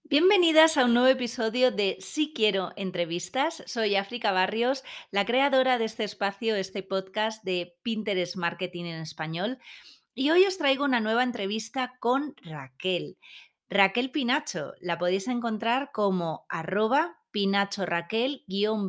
Bienvenidas a un nuevo episodio de Sí Quiero Entrevistas. Soy África Barrios, la creadora de este espacio, este podcast de Pinterest Marketing en español. Y hoy os traigo una nueva entrevista con Raquel. Raquel Pinacho, la podéis encontrar como @pinachoraquel_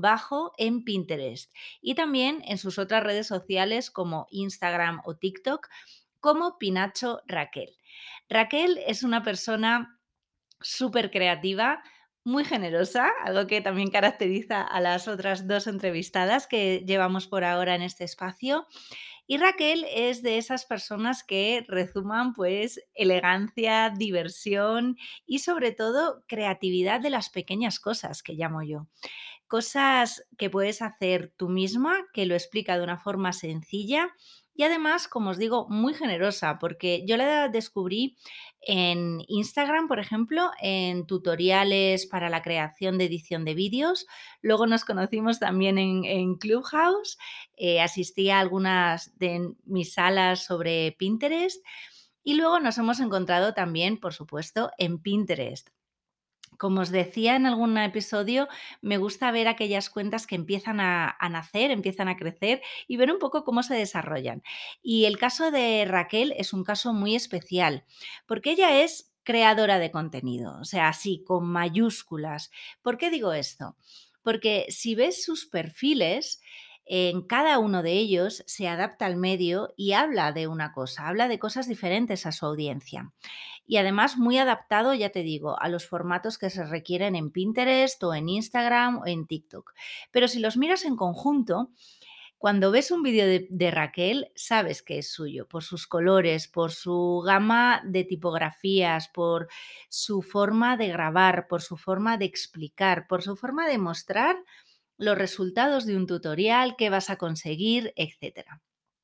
en Pinterest y también en sus otras redes sociales como Instagram o TikTok como Pinacho Raquel. Raquel es una persona súper creativa, muy generosa, algo que también caracteriza a las otras 2 entrevistadas que llevamos por ahora en este espacio. Y Raquel es de esas personas que rezuman, pues, elegancia, diversión y, sobre todo, creatividad de las pequeñas cosas, que llamo yo. Cosas que puedes hacer tú misma, que lo explica de una forma sencilla y además, como os digo, muy generosa, porque yo la descubrí en Instagram, por ejemplo, en tutoriales para la creación de edición de vídeos. Luego nos conocimos también en Clubhouse, asistí a algunas de mis salas sobre Pinterest y luego nos hemos encontrado también, por supuesto, en Pinterest. Como os decía en algún episodio, me gusta ver aquellas cuentas que empiezan a nacer, empiezan a crecer y ver un poco cómo se desarrollan. Y el caso de Raquel es un caso muy especial, porque ella es creadora de contenido, o sea, así, con mayúsculas. ¿Por qué digo esto? Porque si ves sus perfiles, en cada uno de ellos se adapta al medio y habla de una cosa, habla de cosas diferentes a su audiencia. Y además muy adaptado, ya te digo, a los formatos que se requieren en Pinterest o en Instagram o en TikTok. Pero si los miras en conjunto, cuando ves un vídeo de Raquel, sabes que es suyo, por sus colores, por su gama de tipografías, por su forma de grabar, por su forma de explicar, por su forma de mostrar los resultados de un tutorial, qué vas a conseguir, etcétera.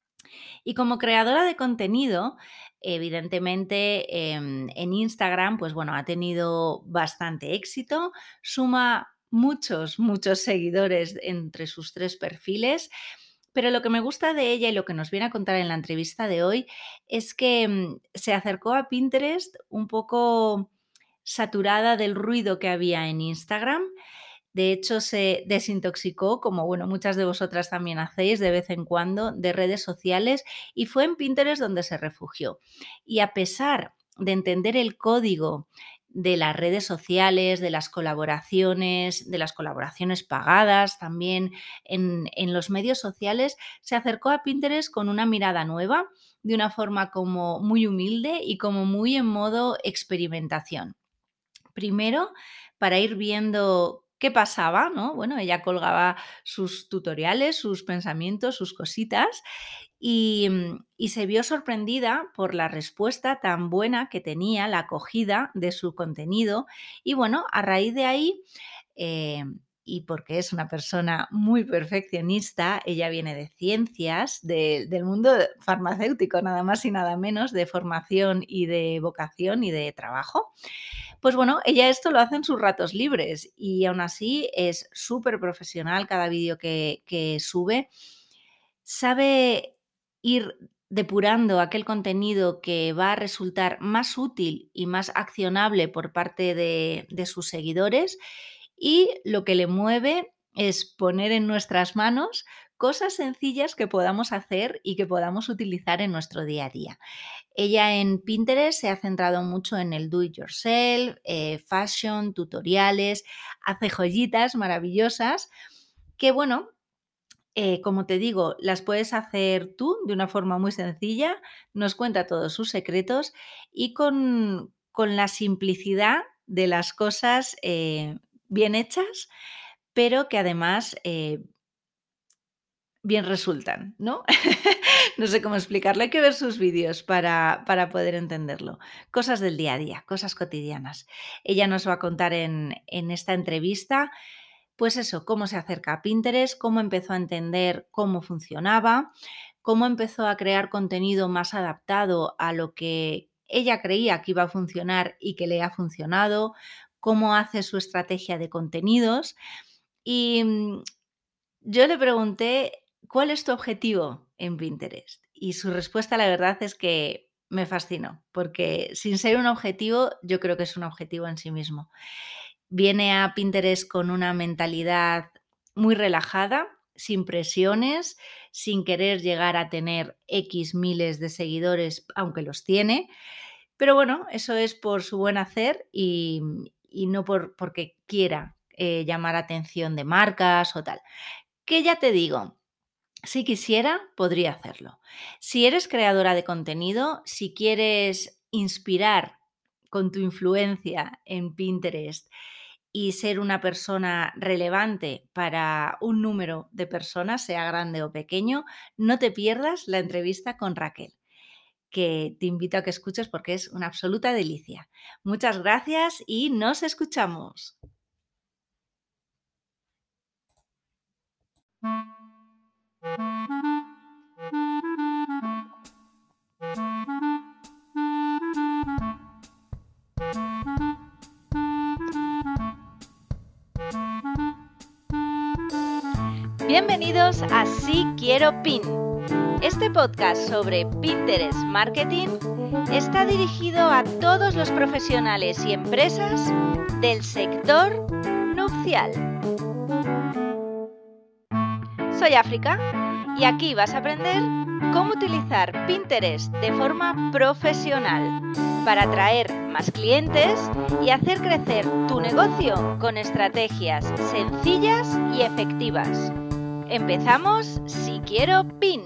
Y como creadora de contenido, evidentemente, en Instagram, pues bueno, ha tenido bastante éxito, suma muchos seguidores entre sus 3 perfiles, pero lo que me gusta de ella y lo que nos viene a contar en la entrevista de hoy es que, se acercó a Pinterest un poco saturada del ruido que había en Instagram. De hecho, se desintoxicó, como bueno, muchas de vosotras también hacéis de vez en cuando, de redes sociales y fue en Pinterest donde se refugió. Y a pesar de entender el código de las redes sociales, de las colaboraciones pagadas también en los medios sociales, se acercó a Pinterest con una mirada nueva, de una forma como muy humilde y como muy en modo experimentación. Primero, para ir viendo qué pasaba, ¿no? Bueno, ella colgaba sus tutoriales, sus pensamientos, sus cositas y se vio sorprendida por la respuesta tan buena que tenía, la acogida de su contenido. Y bueno, a raíz de ahí, eh, y porque es una persona muy perfeccionista, ella viene de ciencias, del mundo farmacéutico, nada más y nada menos, de formación y de vocación y de trabajo. Pues bueno, ella esto lo hace en sus ratos libres y aún así es súper profesional cada vídeo que sube. Sabe ir depurando aquel contenido que va a resultar más útil y más accionable por parte de sus seguidores y lo que le mueve es poner en nuestras manos cosas sencillas que podamos hacer y que podamos utilizar en nuestro día a día. Ella en Pinterest se ha centrado mucho en el do it yourself, fashion, tutoriales, hace joyitas maravillosas que, bueno, como te digo, las puedes hacer tú de una forma muy sencilla, nos cuenta todos sus secretos y con la simplicidad de las cosas bien hechas, pero que además bien resultan, ¿no? No sé cómo explicarlo, hay que ver sus vídeos para poder entenderlo. Cosas del día a día, cosas cotidianas. Ella nos va a contar en esta entrevista, pues eso, cómo se acerca a Pinterest, cómo empezó a entender cómo funcionaba, cómo empezó a crear contenido más adaptado a lo que ella creía que iba a funcionar y que le ha funcionado, cómo hace su estrategia de contenidos. Y yo le pregunté: "¿Cuál es tu objetivo en Pinterest?". Y su respuesta, la verdad es que me fascinó, porque sin ser un objetivo, yo creo que es un objetivo en sí mismo. Viene a Pinterest con una mentalidad muy relajada, sin presiones, sin querer llegar a tener X miles de seguidores, aunque los tiene. Pero bueno, eso es por su buen hacer y no porque quiera llamar atención de marcas o tal. Que ya te digo, si quisiera, podría hacerlo. Si eres creadora de contenido, si quieres inspirar con tu influencia en Pinterest y ser una persona relevante para un número de personas, sea grande o pequeño, no te pierdas la entrevista con Raquel, que te invito a que escuches porque es una absoluta delicia. Muchas gracias y nos escuchamos. Bienvenidos a Sí Quiero Pin. Este podcast sobre Pinterest Marketing está dirigido a todos los profesionales y empresas del sector nupcial. Soy África y aquí vas a aprender cómo utilizar Pinterest de forma profesional para atraer más clientes y hacer crecer tu negocio con estrategias sencillas y efectivas. Empezamos Si Quiero Pin.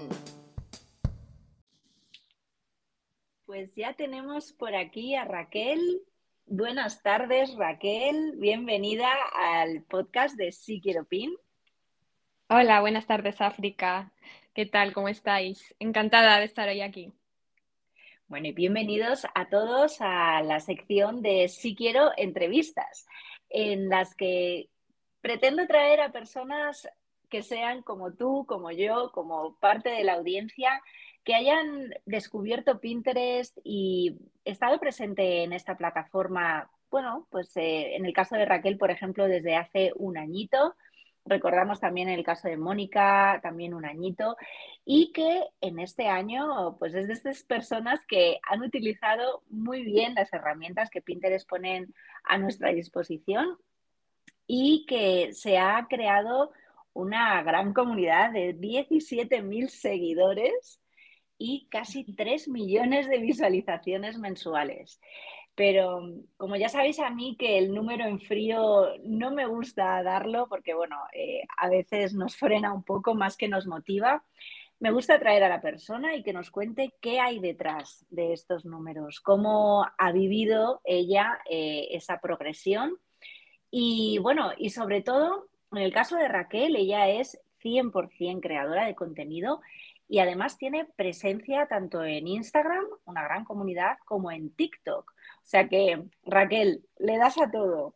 Pues ya tenemos por aquí a Raquel. Buenas tardes, Raquel. Bienvenida al podcast de Si Quiero Pin. Hola, buenas tardes, África. ¿Qué tal? ¿Cómo estáis? Encantada de estar hoy aquí. Bueno, y bienvenidos a todos a la sección de Si Quiero Entrevistas, en las que pretendo traer a personas que sean como tú, como yo, como parte de la audiencia, que hayan descubierto Pinterest y estado presente en esta plataforma, bueno, pues en el caso de Raquel, por ejemplo, desde hace un añito. Recordamos también el caso de Mónica, también un añito, y que en este año, pues es de estas personas que han utilizado muy bien las herramientas que Pinterest ponen a nuestra disposición y que se ha creado una gran comunidad de 17.000 seguidores y casi 3 millones de visualizaciones mensuales. Pero como ya sabéis a mí que el número en frío no me gusta darlo porque, bueno, a veces nos frena un poco más que nos motiva. Me gusta traer a la persona y que nos cuente qué hay detrás de estos números, cómo ha vivido ella esa progresión y bueno, y sobre todo, en el caso de Raquel, ella es 100% creadora de contenido y además tiene presencia tanto en Instagram, una gran comunidad, como en TikTok. O sea que, Raquel, le das a todo.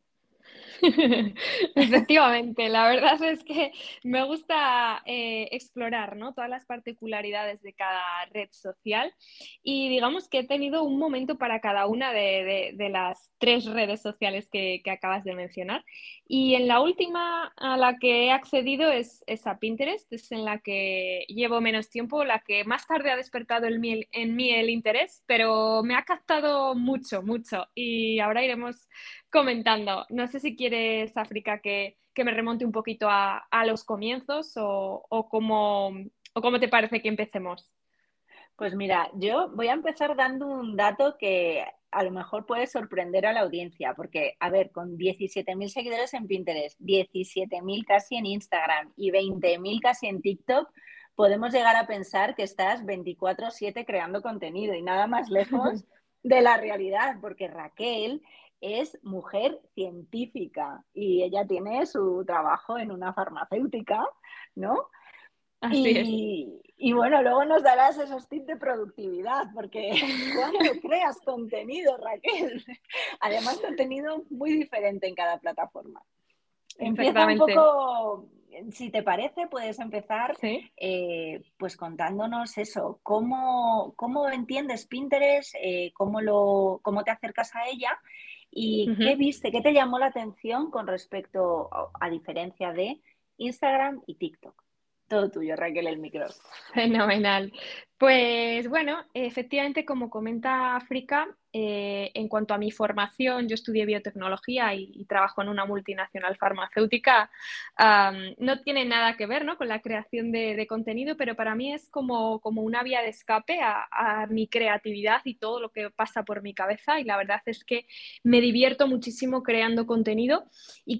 Efectivamente, la verdad es que me gusta explorar, ¿no? Todas las particularidades de cada red social y digamos que he tenido un momento para cada una de las tres redes sociales que acabas de mencionar y en la última a la que he accedido es a Pinterest, es en la que llevo menos tiempo, la que más tarde ha despertado en mí el interés, pero me ha captado mucho, mucho y ahora iremos comentando. No sé si quieres, África, que me remonte un poquito a los comienzos o cómo te parece que empecemos. Pues mira, yo voy a empezar dando un dato que a lo mejor puede sorprender a la audiencia, porque, a ver, con 17.000 seguidores en Pinterest, 17.000 casi en Instagram y 20.000 casi en TikTok, podemos llegar a pensar que estás 24/7 creando contenido y nada más lejos de la realidad, porque Raquel es mujer científica y ella tiene su trabajo en una farmacéutica, ¿no? Así es. Y bueno, luego nos darás esos tips de productividad, porque ¿cuándo creas contenido, Raquel? Además, contenido muy diferente en cada plataforma. Empieza un Exactamente. poco, si te parece, puedes empezar Sí. pues contándonos eso, cómo entiendes Pinterest, cómo te acercas a ella y qué Ujú. viste, qué te llamó la atención con respecto a diferencia de Instagram y TikTok. Todo tuyo, Raquel, el micro. Fenomenal. Pues bueno, efectivamente, como comenta África, en cuanto a mi formación, yo estudié biotecnología y trabajo en una multinacional farmacéutica. No tiene nada que ver, ¿no?, con la creación de contenido, pero para mí es como una vía de escape a mi creatividad y todo lo que pasa por mi cabeza. Y la verdad es que me divierto muchísimo creando contenido y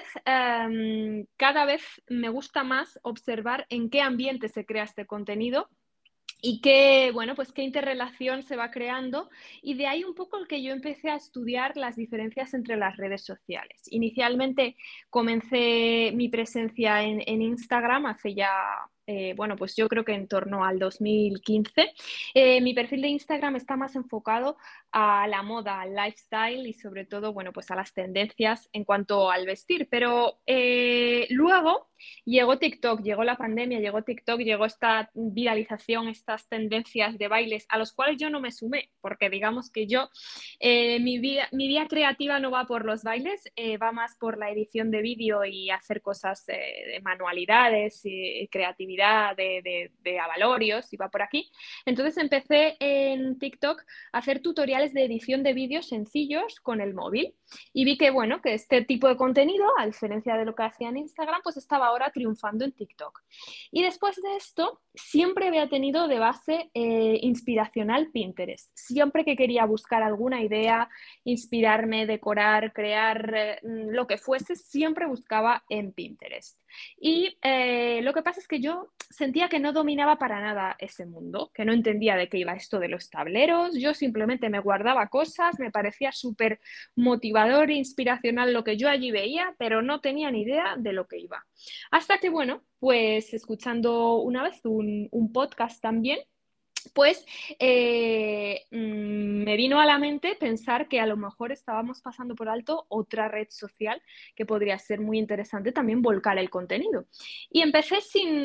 cada vez me gusta más observar en qué ambiente se crea este contenido y qué, bueno, pues qué interrelación se va creando. Y de ahí un poco el que yo empecé a estudiar las diferencias entre las redes sociales. Inicialmente comencé mi presencia en Instagram hace ya, bueno, pues yo creo que en torno al 2015. Mi perfil de Instagram está más enfocado a la moda, al lifestyle y sobre todo, bueno, pues a las tendencias en cuanto al vestir. Pero luego llegó TikTok, llegó la pandemia, llegó TikTok, llegó esta viralización, estas tendencias de bailes a los cuales yo no me sumé, porque digamos que yo, mi vía creativa no va por los bailes, va más por la edición de vídeo y hacer cosas de manualidades, creatividad, de avalorios, y va por aquí. Entonces empecé en TikTok a hacer tutoriales de edición de vídeos sencillos con el móvil y vi que, bueno, que este tipo de contenido, a diferencia de lo que hacía en Instagram, pues estaba ahora triunfando en TikTok. Y después de esto, siempre había tenido de base inspiracional Pinterest. Siempre que quería buscar alguna idea, inspirarme, decorar, crear lo que fuese, siempre buscaba en Pinterest. Y lo que pasa es que yo sentía que no dominaba para nada ese mundo, que no entendía de qué iba esto de los tableros. Yo simplemente me guardaba cosas, me parecía súper motivador e inspiracional lo que yo allí veía, pero no tenía ni idea de lo que iba. Hasta que, bueno, pues escuchando una vez un podcast también, pues me vino a la mente pensar que a lo mejor estábamos pasando por alto otra red social que podría ser muy interesante también volcar el contenido. Y empecé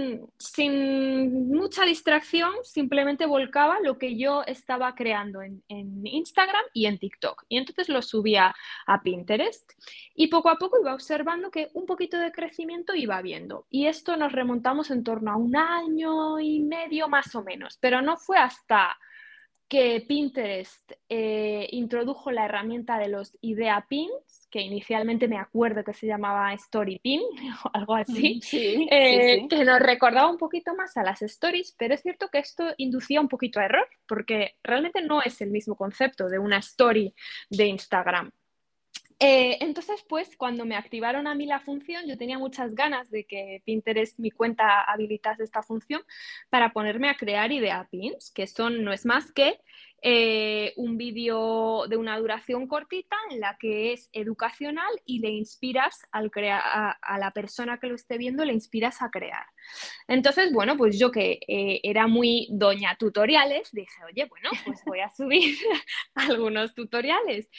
sin mucha distracción, simplemente volcaba lo que yo estaba creando en Instagram y en TikTok. Y entonces lo subía a Pinterest y poco a poco iba observando que un poquito de crecimiento iba viendo. Y esto nos remontamos en torno a un año y medio más o menos, pero no fue hasta que Pinterest introdujo la herramienta de los idea pins, que inicialmente me acuerdo que se llamaba Story Pin o algo así, Sí, sí, sí. que nos recordaba un poquito más a las stories, pero es cierto que esto inducía un poquito a error, porque realmente no es el mismo concepto de una story de Instagram. Entonces, pues cuando me activaron a mí la función, yo tenía muchas ganas de que Pinterest, mi cuenta, habilitase esta función para ponerme a crear idea pins, que son no es más que un vídeo de una duración cortita en la que es educacional y le inspiras a la persona que lo esté viendo, le inspiras a crear. Entonces, bueno, pues yo que era muy doña tutoriales, dije, oye, bueno, pues voy a subir algunos tutoriales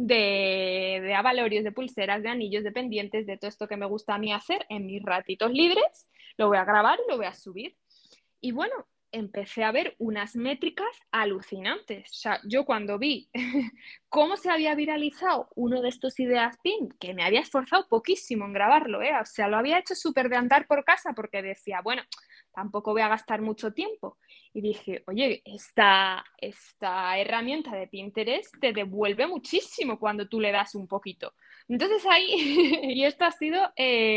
de avalorios, de pulseras, de anillos, de pendientes, de todo esto que me gusta a mí hacer en mis ratitos libres, lo voy a grabar y lo voy a subir. Y bueno, empecé a ver unas métricas alucinantes. O sea, yo cuando vi cómo se había viralizado uno de estos ideas pin, que me había esforzado poquísimo en grabarlo, ¿eh? O sea, lo había hecho súper de andar por casa porque decía, bueno, tampoco voy a gastar mucho tiempo. Y dije, oye, esta herramienta de Pinterest te devuelve muchísimo cuando tú le das un poquito. Entonces ahí, y esto ha sido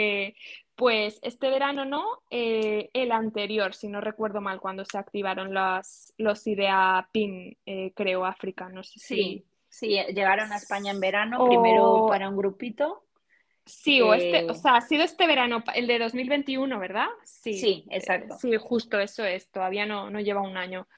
pues este verano no, el anterior, si no recuerdo mal, cuando se activaron los Idea Pin, creo, África, no sé si... Sí, sí, llegaron a España en verano, primero O para un grupito. sí, o eh, sea, ha sido este verano, el de 2021, ¿verdad? Sí, sí, exacto. sí, justo eso es, todavía no lleva un año.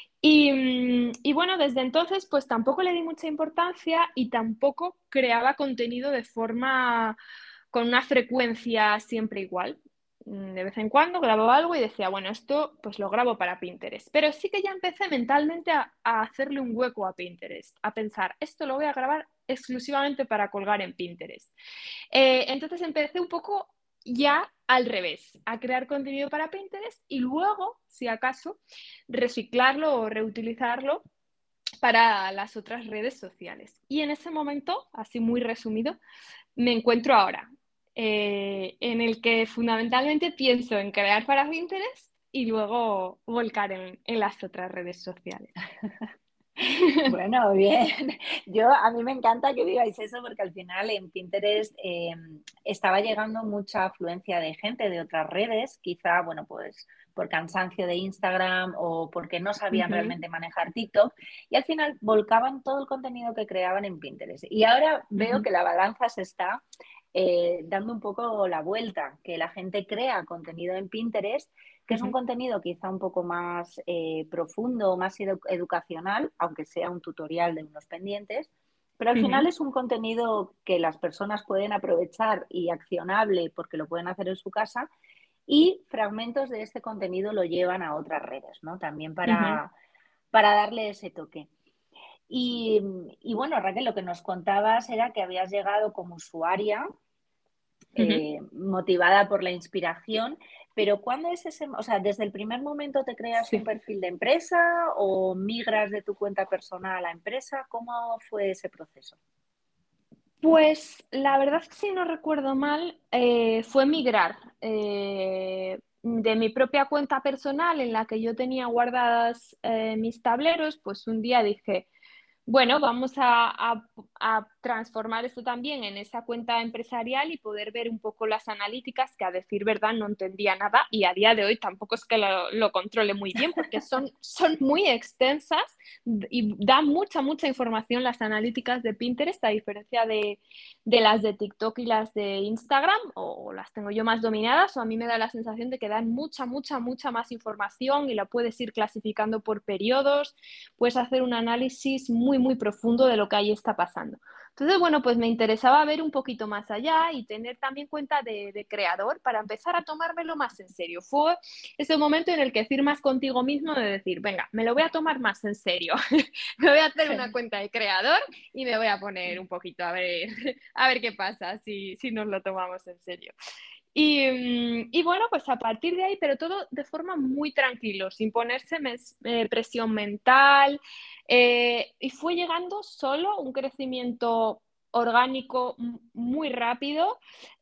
Y bueno, desde entonces pues tampoco le di mucha importancia y tampoco creaba contenido de forma con una frecuencia siempre igual. De vez en cuando grababa algo y decía, bueno, esto pues lo grabo para Pinterest. Pero sí que ya empecé mentalmente a hacerle un hueco a Pinterest, a pensar, esto lo voy a grabar exclusivamente para colgar en Pinterest. Entonces empecé un poco ya al revés, a crear contenido para Pinterest y luego, si acaso, reciclarlo o reutilizarlo para las otras redes sociales. Y en ese momento, así muy resumido, me encuentro ahora. en el que fundamentalmente pienso en crear para Pinterest y luego volcar en las otras redes sociales. Bueno, bien. A mí me encanta que digáis eso porque al final en Pinterest estaba llegando mucha afluencia de gente de otras redes, quizá, bueno, pues por cansancio de Instagram o porque no sabían Ujú, realmente manejar TikTok y al final volcaban todo el contenido que creaban en Pinterest. Y ahora veo ujú, que la balanza se está dando un poco la vuelta, que la gente crea contenido en Pinterest que es un ujú, contenido quizá un poco más profundo, más educacional, aunque sea un tutorial de unos pendientes, pero al final ujú, es un contenido que las personas pueden aprovechar y accionable porque lo pueden hacer en su casa y fragmentos de este contenido lo llevan a otras redes, ¿no? También ujú, para darle ese toque. Y, y bueno, Raquel, lo que nos contabas era que habías llegado como usuaria ujú. motivada por la inspiración, pero ¿cuándo es ese, o sea, desde el primer momento te creas un Sí. perfil de empresa o migras de tu cuenta personal a la empresa? ¿Cómo fue ese proceso? Pues la verdad es que si no recuerdo mal, fue migrar de mi propia cuenta personal en la que yo tenía guardadas mis tableros, pues un día dije, bueno, vamos a transformar esto también en esa cuenta empresarial y poder ver un poco las analíticas, que a decir verdad no entendía nada y a día de hoy tampoco es que lo controle muy bien porque son muy extensas y da mucha, mucha información las analíticas de Pinterest, a diferencia de las de TikTok y las de Instagram, o las tengo yo más dominadas, o a mí me da la sensación de que dan mucha, mucha, mucha más información y la puedes ir clasificando por periodos, puedes hacer un análisis muy, muy profundo de lo que ahí está pasando. Entonces, bueno, pues me interesaba ver un poquito más allá y tener también cuenta de creador para empezar a tomármelo más en serio. Fue ese momento en el que firmas contigo mismo de decir, venga, me lo voy a tomar más en serio, me voy a hacer una cuenta de creador y me voy a poner un poquito a ver qué pasa si nos lo tomamos en serio. Y bueno, pues a partir de ahí, pero todo de forma muy tranquilo, sin ponerse presión mental, y fue llegando solo un crecimiento orgánico muy rápido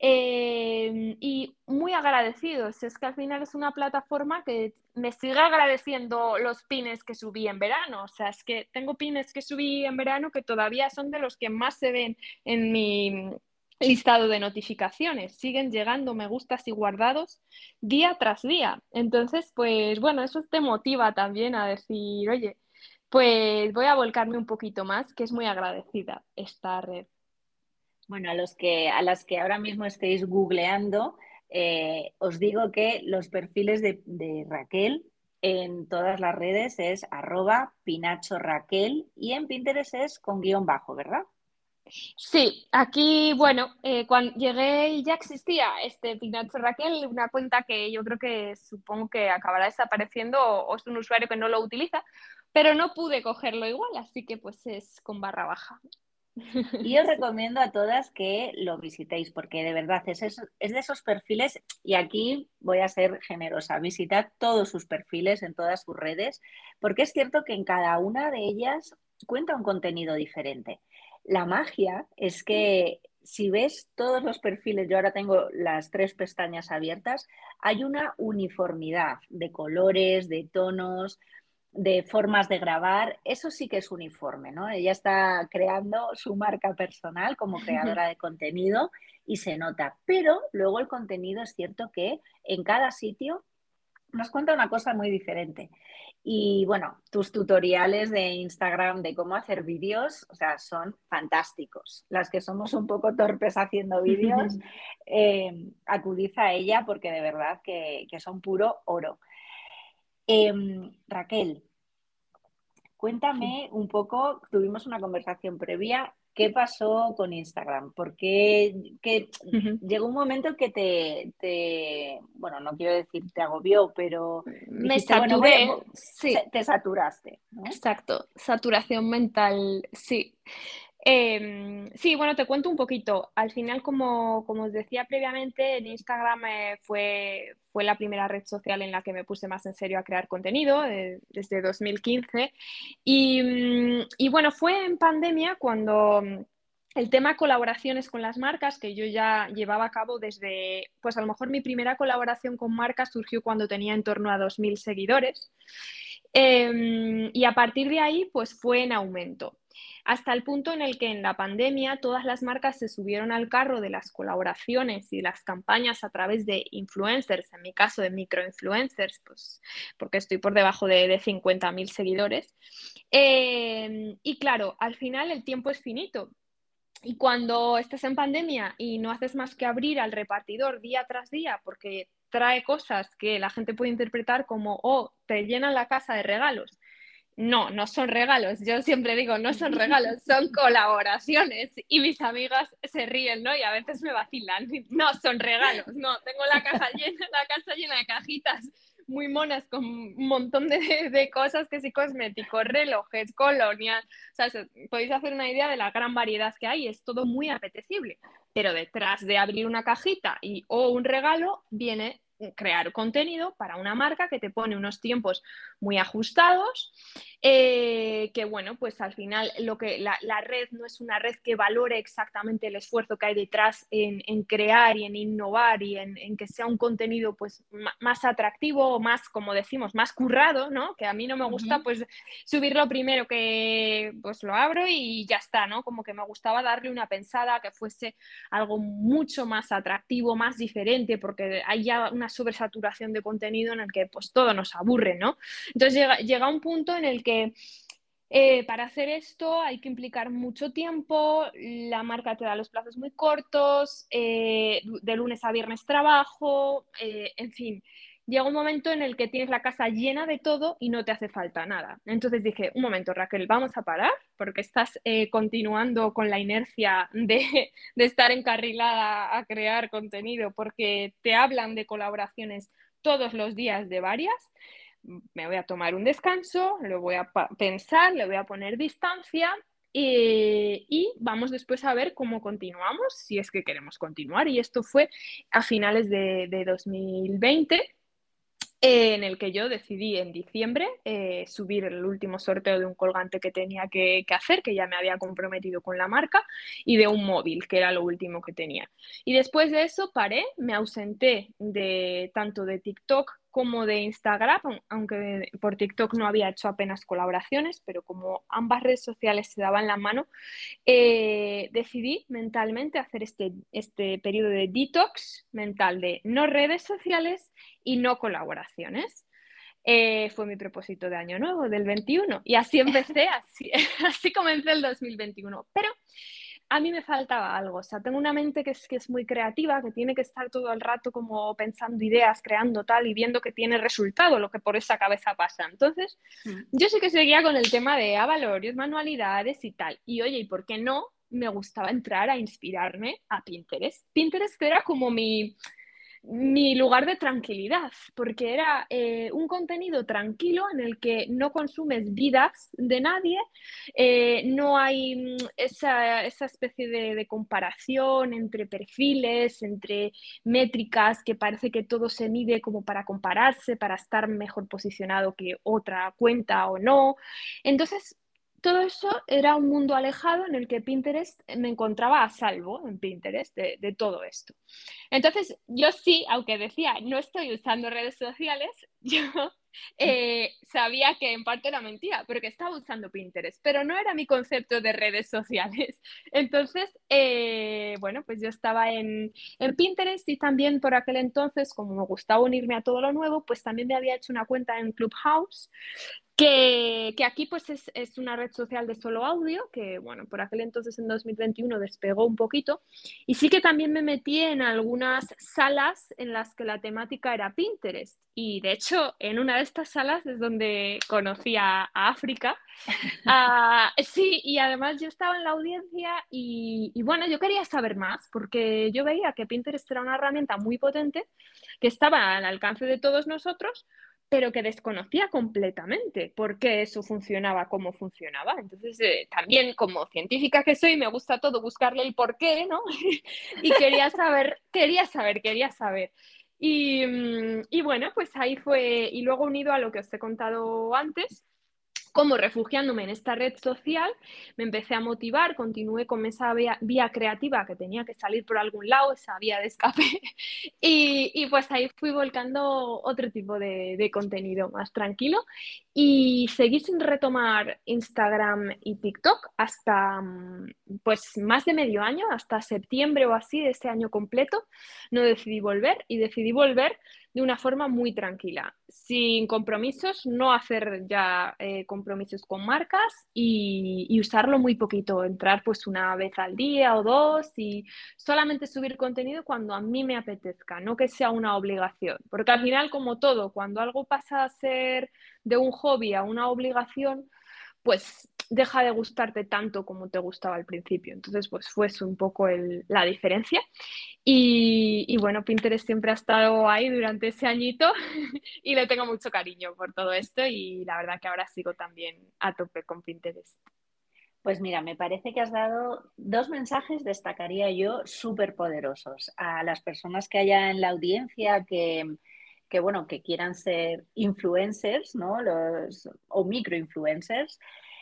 y muy agradecidos. Es que al final es una plataforma que me sigue agradeciendo los pines que subí en verano. O sea, es que tengo pines que subí en verano que todavía son de los que más se ven en mi listado de notificaciones. Siguen llegando me gustas y guardados día tras día. Entonces, pues bueno, eso te motiva también a decir, oye, pues voy a volcarme un poquito más, que es muy agradecida esta red. Bueno, a las que ahora mismo estéis googleando, os digo que los perfiles de Raquel en todas las redes es @pinachoraquel y en Pinterest es con guión bajo, ¿verdad? Sí, aquí, bueno, cuando llegué ya existía este Pinacho Raquel, una cuenta que yo creo que supongo que acabará desapareciendo o es un usuario que no lo utiliza, pero no pude cogerlo igual, así que pues es con barra baja. Y os Sí. recomiendo a todas que lo visitéis, porque de verdad es de esos perfiles, y aquí voy a ser generosa, visitad todos sus perfiles en todas sus redes, porque es cierto que en cada una de ellas cuenta un contenido diferente. La magia es que si ves todos los perfiles, yo ahora tengo las tres pestañas abiertas, hay una uniformidad de colores, de tonos, de formas de grabar, eso sí que es uniforme, ¿no? Ella está creando su marca personal como creadora de contenido y se nota, pero luego el contenido es cierto que en cada sitio nos cuenta una cosa muy diferente. Y bueno, tus tutoriales de Instagram de cómo hacer vídeos, o sea, son fantásticos. Las que somos un poco torpes haciendo vídeos, acudid a ella porque de verdad que son puro oro. Raquel, Sí. cuéntame un poco, tuvimos una conversación previa, ¿qué pasó con Instagram? Porque que llegó un momento que bueno, no quiero decir te agobió, pero Me dijiste, bueno, saturé, sí. te saturaste, ¿no? Exacto, saturación mental, sí. Sí, bueno, te cuento un poquito. Al final, como os decía previamente, en Instagram fue la primera red social en la que me puse más en serio a crear contenido, desde 2015. Y bueno, fue en pandemia cuando el tema colaboraciones con las marcas, que yo ya llevaba a cabo desde, pues a lo mejor mi primera colaboración con marcas surgió cuando tenía en torno a 2.000 seguidores. Y a partir de ahí, pues fue en aumento. Hasta el punto en el que en la pandemia todas las marcas se subieron al carro de las colaboraciones y las campañas a través de influencers, en mi caso de microinfluencers, pues porque estoy por debajo de 50.000 seguidores. Y claro, al final el tiempo es finito. Y cuando estás en pandemia y no haces más que abrir al repartidor día tras día porque trae cosas que la gente puede interpretar como, oh, te llenan la casa de regalos. No, no son regalos. Yo siempre digo, no son regalos, son colaboraciones. Y mis amigas se ríen, ¿no? Y a veces me vacilan. No son regalos, no. Tengo la casa llena de cajitas muy monas con un montón de cosas que sí, cosméticos, relojes, colonias. O sea, podéis hacer una idea de la gran variedad que hay. Es todo muy apetecible. Pero detrás de abrir una cajita o un regalo viene crear contenido para una marca que te pone unos tiempos muy ajustados, que bueno, pues al final la red no es una red que valore exactamente el esfuerzo que hay detrás en crear y en innovar y en que sea un contenido pues más atractivo, más, como decimos, más currado, ¿no? Que a mí no me gusta pues subirlo primero que pues lo abro y ya está, ¿no? Como que me gustaba darle una pensada, que fuese algo mucho más atractivo, más diferente, porque hay ya una sobresaturación de contenido en el que pues todo nos aburre, ¿no? Entonces llega un punto en el que para hacer esto hay que implicar mucho tiempo, la marca te da los plazos muy cortos, de lunes a viernes trabajo, en fin. Llega un momento en el que tienes la casa llena de todo y no te hace falta nada. Entonces dije, un momento, Raquel, vamos a parar porque estás continuando con la inercia de estar encarrilada a crear contenido porque te hablan de colaboraciones todos los días de varias. Me voy a tomar un descanso, lo voy a pensar, le voy a poner distancia y vamos después a ver cómo continuamos, si es que queremos continuar. Y esto fue a finales de 2020, en el que yo decidí en diciembre subir el último sorteo de un colgante que tenía que hacer, que ya me había comprometido con la marca, y de un móvil, que era lo último que tenía. Y después de eso paré, me ausenté tanto de TikTok como de Instagram, aunque por TikTok no había hecho apenas colaboraciones, pero como ambas redes sociales se daban la mano, decidí mentalmente hacer este periodo de detox mental de no redes sociales y no colaboraciones. Fue mi propósito de año nuevo, del 21, y así empecé, así comencé el 2021. Pero a mí me faltaba algo, o sea, tengo una mente que es muy creativa, que tiene que estar todo el rato como pensando ideas, creando tal y viendo que tiene resultado lo que por esa cabeza pasa. Entonces, yo sí que seguía con el tema de avalorios, manualidades y tal. Y oye, ¿y por qué no? Me gustaba entrar a inspirarme a Pinterest. Pinterest era como mi lugar de tranquilidad, porque era un contenido tranquilo en el que no consumes vidas de nadie, no hay esa especie de comparación entre perfiles, entre métricas, que parece que todo se mide como para compararse, para estar mejor posicionado que otra cuenta o no. Entonces, todo eso era un mundo alejado en el que Pinterest me encontraba a salvo en Pinterest de todo esto. Entonces, yo sí, aunque decía, no estoy usando redes sociales, yo sabía que en parte era mentira, porque estaba usando Pinterest, pero no era mi concepto de redes sociales. Entonces, bueno, pues yo estaba en Pinterest y también por aquel entonces, como me gustaba unirme a todo lo nuevo, pues también me había hecho una cuenta en Clubhouse, que aquí pues es una red social de solo audio, que bueno, por aquel entonces en 2021 despegó un poquito, y sí que también me metí en algunas salas en las que la temática era Pinterest, y de hecho en una de estas salas es donde conocí a África. Sí, y además yo estaba en la audiencia y bueno, yo quería saber más, porque yo veía que Pinterest era una herramienta muy potente, que estaba al alcance de todos nosotros, pero que desconocía completamente por qué eso funcionaba como funcionaba. Entonces, también como científica que soy, me gusta todo buscarle el porqué, ¿no? Y quería saber, quería saber, quería saber. Y bueno, pues ahí fue, y luego unido a lo que os he contado antes, como refugiándome en esta red social, me empecé a motivar, continué con esa vía creativa que tenía que salir por algún lado, esa vía de escape, y pues ahí fui volcando otro tipo de contenido más tranquilo y seguí sin retomar Instagram y TikTok hasta pues más de medio año, hasta septiembre o así de ese año completo, no decidí volver y decidí volver de una forma muy tranquila, sin compromisos, no hacer ya compromisos con marcas y usarlo muy poquito, entrar pues una vez al día o dos y solamente subir contenido cuando a mí me apetezca, no que sea una obligación, porque al final como todo, cuando algo pasa a ser de un hobby a una obligación, pues deja de gustarte tanto como te gustaba al principio. Entonces, pues fue eso un poco la diferencia. Y bueno, Pinterest siempre ha estado ahí durante ese añito y le tengo mucho cariño por todo esto y la verdad que ahora sigo también a tope con Pinterest. Pues mira, me parece que has dado dos mensajes, destacaría yo, súper poderosos a las personas que haya en la audiencia que, bueno, que quieran ser influencers, ¿no? O microinfluencers.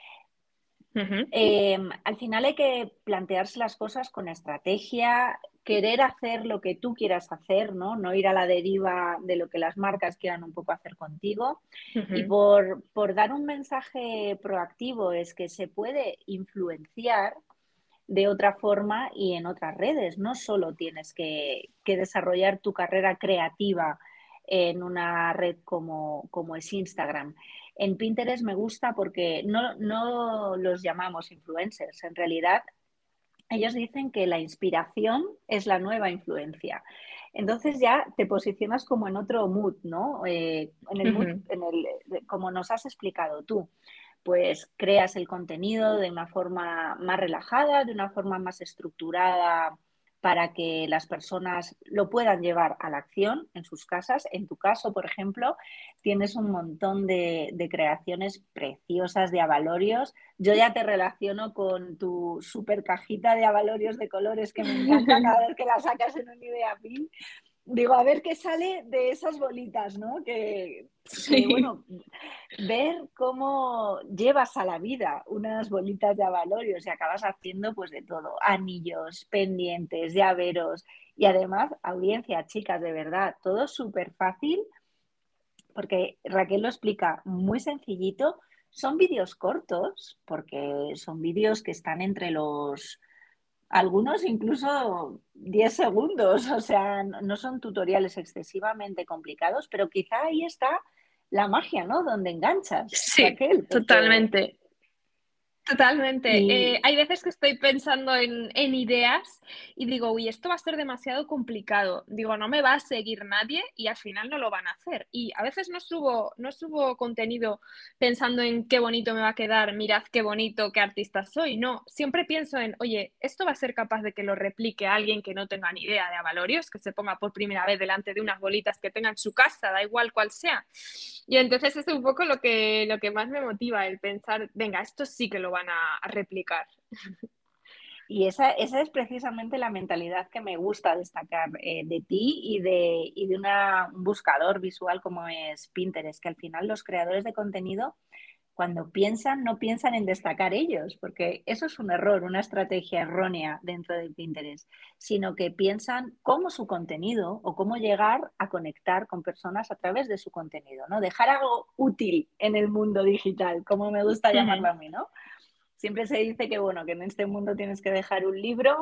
Ujú, Al final hay que plantearse las cosas con estrategia, querer hacer lo que tú quieras hacer, ¿no? No ir a la deriva de lo que las marcas quieran un poco hacer contigo. Y ujú, por dar un mensaje proactivo es que se puede influenciar de otra forma y en otras redes. No solo tienes que desarrollar tu carrera creativa en una red como es Instagram. En Pinterest me gusta porque no los llamamos influencers. En realidad, ellos dicen que la inspiración es la nueva influencia. Entonces ya te posicionas como en otro mood, ¿no? En el mood, ujú. como nos has explicado tú, pues creas el contenido de una forma más relajada, de una forma más estructurada para que las personas lo puedan llevar a la acción en sus casas. En tu caso, por ejemplo, tienes un montón de creaciones preciosas de abalorios. Yo ya te relaciono con tu super cajita de abalorios de colores que me encanta cada vez que la sacas en un idea pin. Digo, a ver qué sale de esas bolitas, ¿no? Sí. Bueno, ver cómo llevas a la vida unas bolitas de abalorios y acabas haciendo pues de todo, anillos, pendientes, llaveros y además, audiencia, chicas, de verdad, todo súper fácil porque Raquel lo explica muy sencillito. Son vídeos cortos, porque son vídeos que están entre algunos incluso 10 segundos, o sea, no son tutoriales excesivamente complicados, pero quizá ahí está la magia, ¿no? Donde enganchas, Sí, Raquel, porque... totalmente. Totalmente. Y Hay veces que estoy pensando en ideas y digo, uy, esto va a ser demasiado complicado. Digo, no me va a seguir nadie y al final no lo van a hacer. Y a veces no subo contenido pensando en qué bonito me va a quedar, mirad qué bonito, qué artista soy. No, siempre pienso en, oye, esto va a ser capaz de que lo replique alguien que no tenga ni idea de abalorios, que se ponga por primera vez delante de unas bolitas que tenga en su casa, da igual cuál sea. Y entonces es un poco lo que más me motiva, el pensar, venga, esto sí que lo van a replicar. esa es precisamente la mentalidad que me gusta destacar de ti y de un buscador visual como es Pinterest, que al final los creadores de contenido, cuando piensan, no piensan en destacar ellos, porque eso es un error, una estrategia errónea dentro de Pinterest, sino que piensan cómo su contenido o cómo llegar a conectar con personas a través de su contenido, ¿no? Dejar algo útil en el mundo digital, como me gusta llamarlo Ujú, a mí, ¿no? Siempre se dice que, bueno, que en este mundo tienes que dejar un libro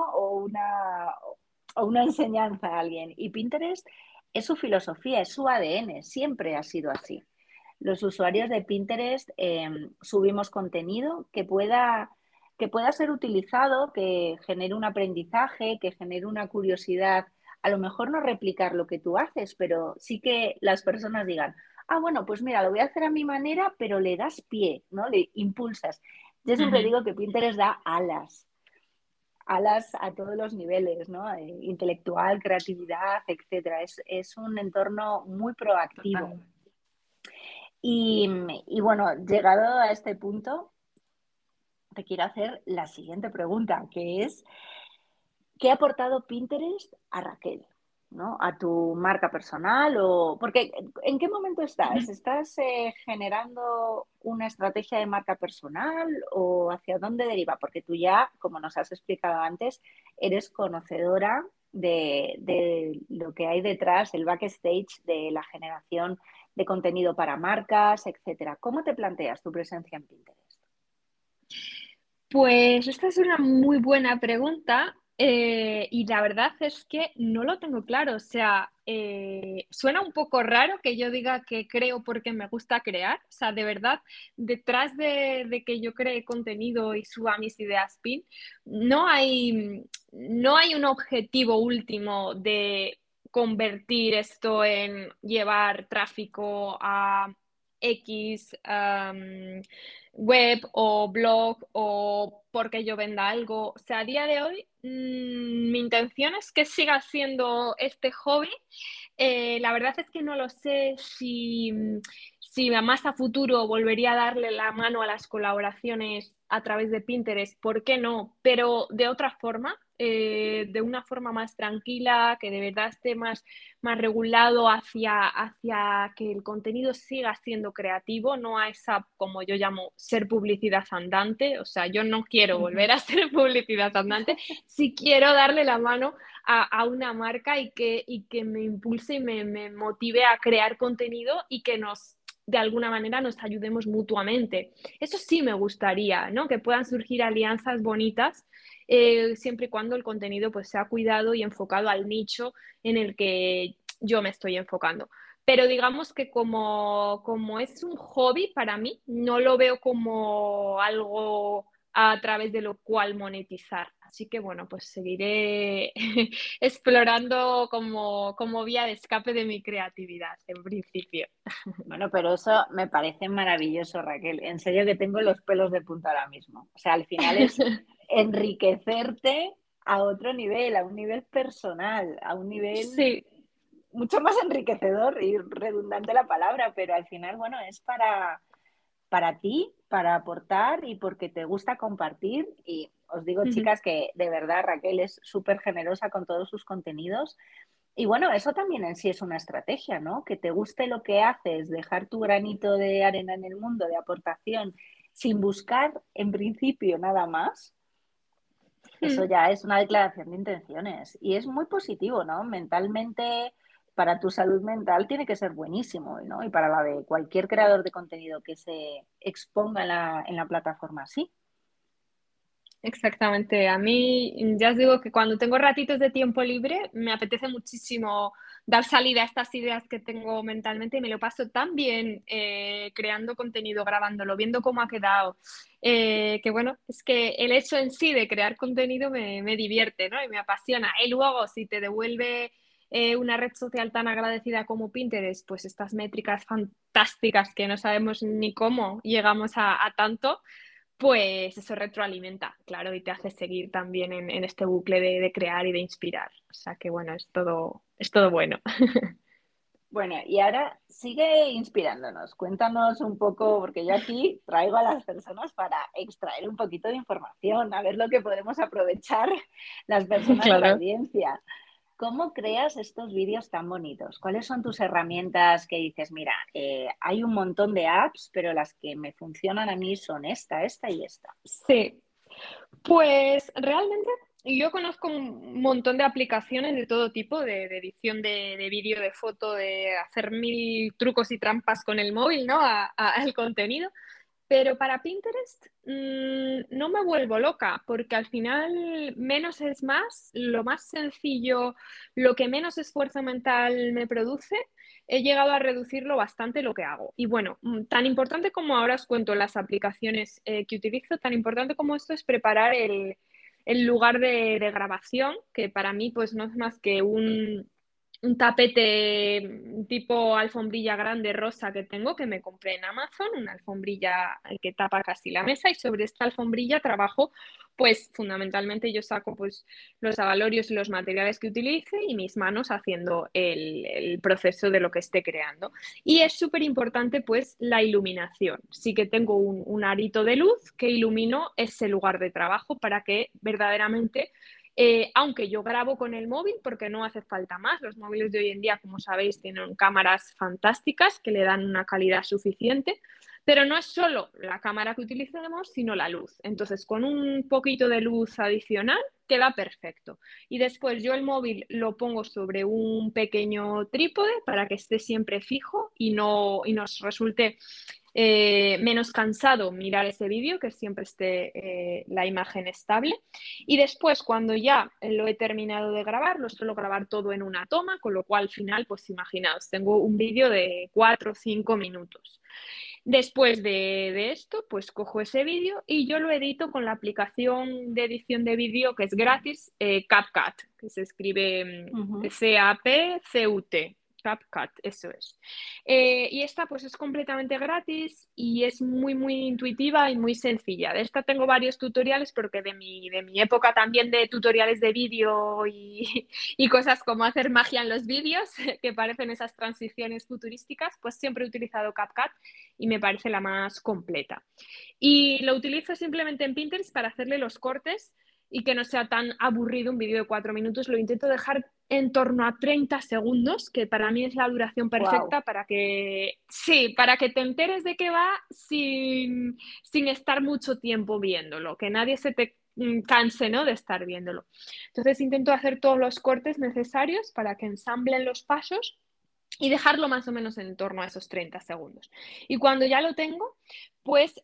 o una enseñanza a alguien. Y Pinterest es su filosofía, es su ADN, siempre ha sido así. Los usuarios de Pinterest subimos contenido que pueda ser utilizado, que genere un aprendizaje, que genere una curiosidad. A lo mejor no replicar lo que tú haces, pero sí que las personas digan, ah, bueno, pues mira, lo voy a hacer a mi manera, pero le das pie, ¿no? Le impulsas. Yo siempre ujú, digo que Pinterest da alas a todos los niveles, ¿no? Intelectual, creatividad, etcétera. Es un entorno muy proactivo. total. Y, y bueno, llegado a este punto, te quiero hacer la siguiente pregunta, que es, ¿qué ha aportado Pinterest a Raquel? ¿no? A tu marca personal o... Porque, ¿en qué momento estás? ¿Estás generando una estrategia de marca personal o hacia dónde deriva? Porque tú ya, como nos has explicado antes, eres conocedora de lo que hay detrás, el backstage de la generación de contenido para marcas, etcétera. ¿Cómo te planteas tu presencia en Pinterest? Pues esta es una muy buena pregunta, y la verdad es que no lo tengo claro. O sea, suena un poco raro que yo diga que creo porque me gusta crear. O sea, de verdad, detrás de que yo cree contenido y suba mis ideas PIN, no hay un objetivo último de convertir esto en llevar tráfico a X, web o blog o porque yo venda algo. O sea, a día de hoy, mi intención es que siga siendo este hobby. La verdad es que no lo sé si más a futuro volvería a darle la mano a las colaboraciones a través de Pinterest, ¿por qué no? Pero de otra forma, de una forma más tranquila, que de verdad esté más regulado hacia que el contenido siga siendo creativo, no a esa, como yo llamo, ser publicidad andante. O sea, yo no quiero volver a ser publicidad andante, sí quiero darle la mano a una marca y que me impulse y me motive a crear contenido y que de alguna manera nos ayudemos mutuamente. Eso sí me gustaría, ¿no? Que puedan surgir alianzas bonitas, siempre y cuando el contenido pues sea cuidado y enfocado al nicho en el que yo me estoy enfocando. Pero digamos que como es un hobby para mí, no lo veo como algo a través de lo cual monetizar. Así que bueno, pues seguiré explorando como vía de escape de mi creatividad en principio. Bueno, pero eso me parece maravilloso, Raquel. En serio que tengo los pelos de punta ahora mismo. O sea, al final es enriquecerte a otro nivel, a un nivel personal, a un nivel Sí. mucho más enriquecedor y redundante la palabra, pero al final, bueno, es para ti, para aportar y porque te gusta compartir. Y os digo, chicas, que de verdad Raquel es súper generosa con todos sus contenidos. Y bueno, eso también en sí es una estrategia, ¿no? Que te guste lo que haces, dejar tu granito de arena en el mundo, de aportación, sin buscar en principio nada más. Eso ya es una declaración de intenciones y es muy positivo, ¿no? Mentalmente, para tu salud mental tiene que ser buenísimo, ¿no? Y para la de cualquier creador de contenido que se exponga en la plataforma, sí. Exactamente. A mí ya os digo que cuando tengo ratitos de tiempo libre me apetece muchísimo dar salida a estas ideas que tengo mentalmente y me lo paso tan bien, creando contenido, grabándolo, viendo cómo ha quedado, que bueno, es que el hecho en sí de crear contenido me divierte, ¿no? Y me apasiona. Y luego, si te devuelve una red social tan agradecida como Pinterest, pues estas métricas fantásticas que no sabemos ni cómo llegamos a tanto, pues eso retroalimenta, claro, y te hace seguir también en este bucle de crear y de inspirar. O sea que bueno, es todo bueno. Bueno, y ahora sigue inspirándonos. Cuéntanos un poco, porque yo aquí traigo a las personas para extraer un poquito de información, a ver lo que podemos aprovechar las personas de la Claro. audiencia. ¿Cómo creas estos vídeos tan bonitos? ¿Cuáles son tus herramientas que dices, mira, hay un montón de apps, pero las que me funcionan a mí son esta y esta? Sí, pues realmente yo conozco un montón de aplicaciones de todo tipo, de edición de vídeo, de foto, de hacer mil trucos y trampas con el móvil, ¿no? Al contenido. Pero para Pinterest no me vuelvo loca, porque al final menos es más, lo más sencillo, lo que menos esfuerzo mental me produce, he llegado a reducirlo bastante lo que hago. Y bueno, tan importante como ahora os cuento las aplicaciones que utilizo, tan importante como esto es preparar el lugar de grabación, que para mí pues no es más que un tapete tipo alfombrilla grande rosa que tengo, que me compré en Amazon, una alfombrilla que tapa casi la mesa, y sobre esta alfombrilla trabajo, pues fundamentalmente yo saco pues los abalorios y los materiales que utilice y mis manos haciendo el proceso de lo que esté creando. Y es súper importante pues la iluminación. Sí que tengo un arito de luz que ilumino ese lugar de trabajo para que verdaderamente aunque yo grabo con el móvil porque no hace falta más. Los móviles de hoy en día, como sabéis, tienen cámaras fantásticas que le dan una calidad suficiente. Pero no es solo la cámara que utilicemos, sino la luz. Entonces, con un poquito de luz adicional, queda perfecto. Y después yo el móvil lo pongo sobre un pequeño trípode para que esté siempre fijo y nos resulte menos cansado mirar ese vídeo, que siempre esté la imagen estable. Y después, cuando ya lo he terminado de grabar, lo suelo grabar todo en una toma, con lo cual al final, pues imaginaos, tengo un vídeo de 4 o 5 minutos. Después de esto, pues cojo ese vídeo y yo lo edito con la aplicación de edición de vídeo que es gratis, CapCut, que se escribe CAPCUT. CapCut, eso es. Y esta pues es completamente gratis y es muy, muy intuitiva y muy sencilla. De esta tengo varios tutoriales porque de mi época también de tutoriales de vídeo y cosas como hacer magia en los vídeos, que parecen esas transiciones futurísticas, pues siempre he utilizado CapCut y me parece la más completa. Y lo utilizo simplemente en Pinterest para hacerle los cortes y que no sea tan aburrido un vídeo de 4 minutos. Lo intento dejar en torno a 30 segundos, que para mí es la duración perfecta Wow. para que, sí, para que te enteres de qué va sin estar mucho tiempo viéndolo, que nadie se te canse, ¿no?, de estar viéndolo. Entonces intento hacer todos los cortes necesarios para que ensamblen los pasos y dejarlo más o menos en torno a esos 30 segundos. Y cuando ya lo tengo, pues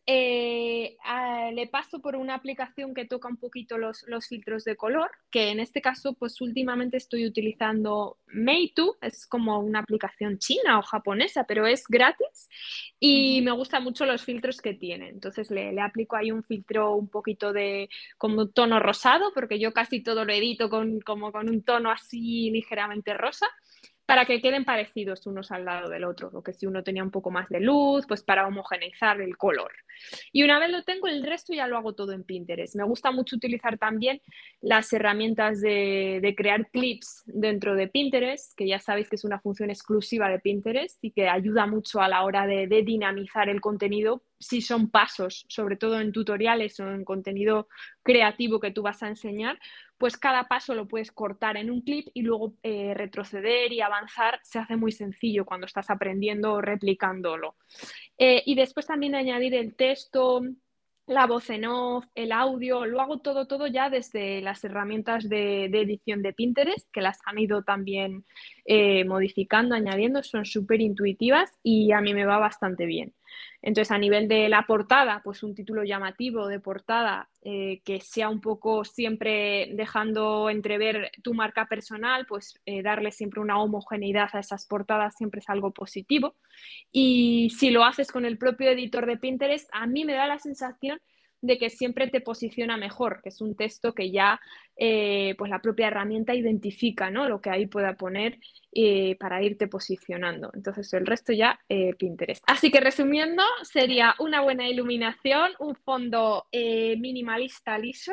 le paso por una aplicación que toca un poquito los filtros de color, que en este caso, pues últimamente estoy utilizando Meitu, es como una aplicación china o japonesa, pero es gratis y me gustan mucho los filtros que tiene. Entonces le aplico ahí un filtro un poquito de como un tono rosado, porque yo casi todo lo edito como con un tono así ligeramente rosa, para que queden parecidos unos al lado del otro, porque si uno tenía un poco más de luz, pues para homogeneizar el color. Y una vez lo tengo, el resto ya lo hago todo en Pinterest. Me gusta mucho utilizar también las herramientas de crear clips dentro de Pinterest, que ya sabéis que es una función exclusiva de Pinterest y que ayuda mucho a la hora de dinamizar el contenido, si son pasos, sobre todo en tutoriales o en contenido creativo que tú vas a enseñar, pues cada paso lo puedes cortar en un clip y luego retroceder y avanzar se hace muy sencillo cuando estás aprendiendo o replicándolo. Y después también añadir el texto, la voz en off, el audio, lo hago todo ya desde las herramientas de edición de Pinterest, que las han ido también modificando, añadiendo, son súper intuitivas y a mí me va bastante bien. Entonces, a nivel de la portada, pues un título llamativo de portada que sea un poco siempre dejando entrever tu marca personal, pues darle siempre una homogeneidad a esas portadas siempre es algo positivo. Y si lo haces con el propio editor de Pinterest, a mí me da la sensación de que siempre te posiciona mejor, que es un texto que ya pues la propia herramienta identifica, ¿no?, lo que ahí pueda poner para irte posicionando. Entonces el resto ya Pinterest. Así que resumiendo, sería una buena iluminación, un fondo minimalista liso,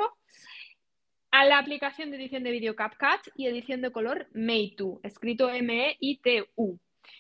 a la aplicación de edición de vídeo CapCut y edición de color Meitu, escrito Meitu,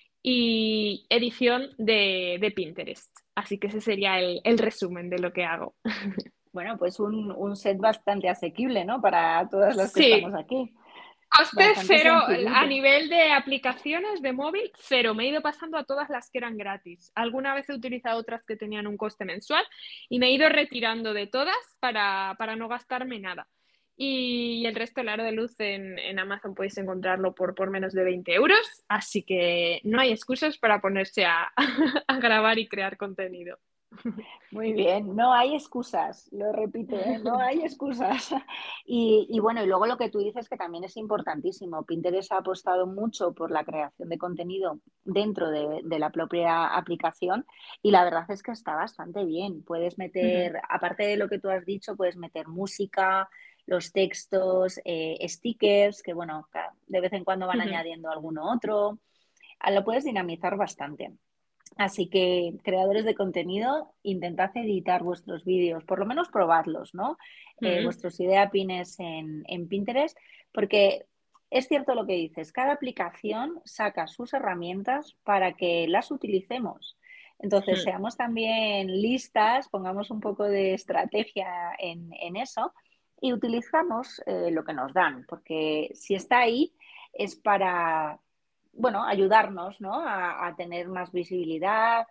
y edición de Pinterest. Así que ese sería el resumen de lo que hago. Bueno, pues un set bastante asequible, ¿no? Para todas las que Sí, estamos aquí. coste Bastante cero a sencillito. nivel de aplicaciones de móvil, cero. Me he ido pasando a todas las que eran gratis. Alguna vez he utilizado otras que tenían un coste mensual y me he ido retirando de todas para no gastarme nada. Y el resto, el aro de luz en Amazon podéis encontrarlo por menos de 20 euros, así que no hay excusas para ponerse a grabar y crear contenido. Muy bien, no hay excusas, lo repito, ¿eh? No hay excusas. Y bueno, y luego lo que tú dices que también es importantísimo. Pinterest ha apostado mucho por la creación de contenido dentro de la propia aplicación y la verdad es que está bastante bien. Puedes meter, aparte de lo que tú has dicho, puedes meter música, los textos, stickers, que bueno, de vez en cuando van añadiendo alguno otro. Lo puedes dinamizar bastante. Así que, creadores de contenido, intentad editar vuestros vídeos, por lo menos probarlos, ¿no? Vuestros idea pines en Pinterest, porque es cierto lo que dices, cada aplicación saca sus herramientas para que las utilicemos. Entonces, seamos también listas, pongamos un poco de estrategia en eso y utilizamos lo que nos dan, porque si está ahí es para, bueno, ayudarnos, ¿no? A tener más visibilidad,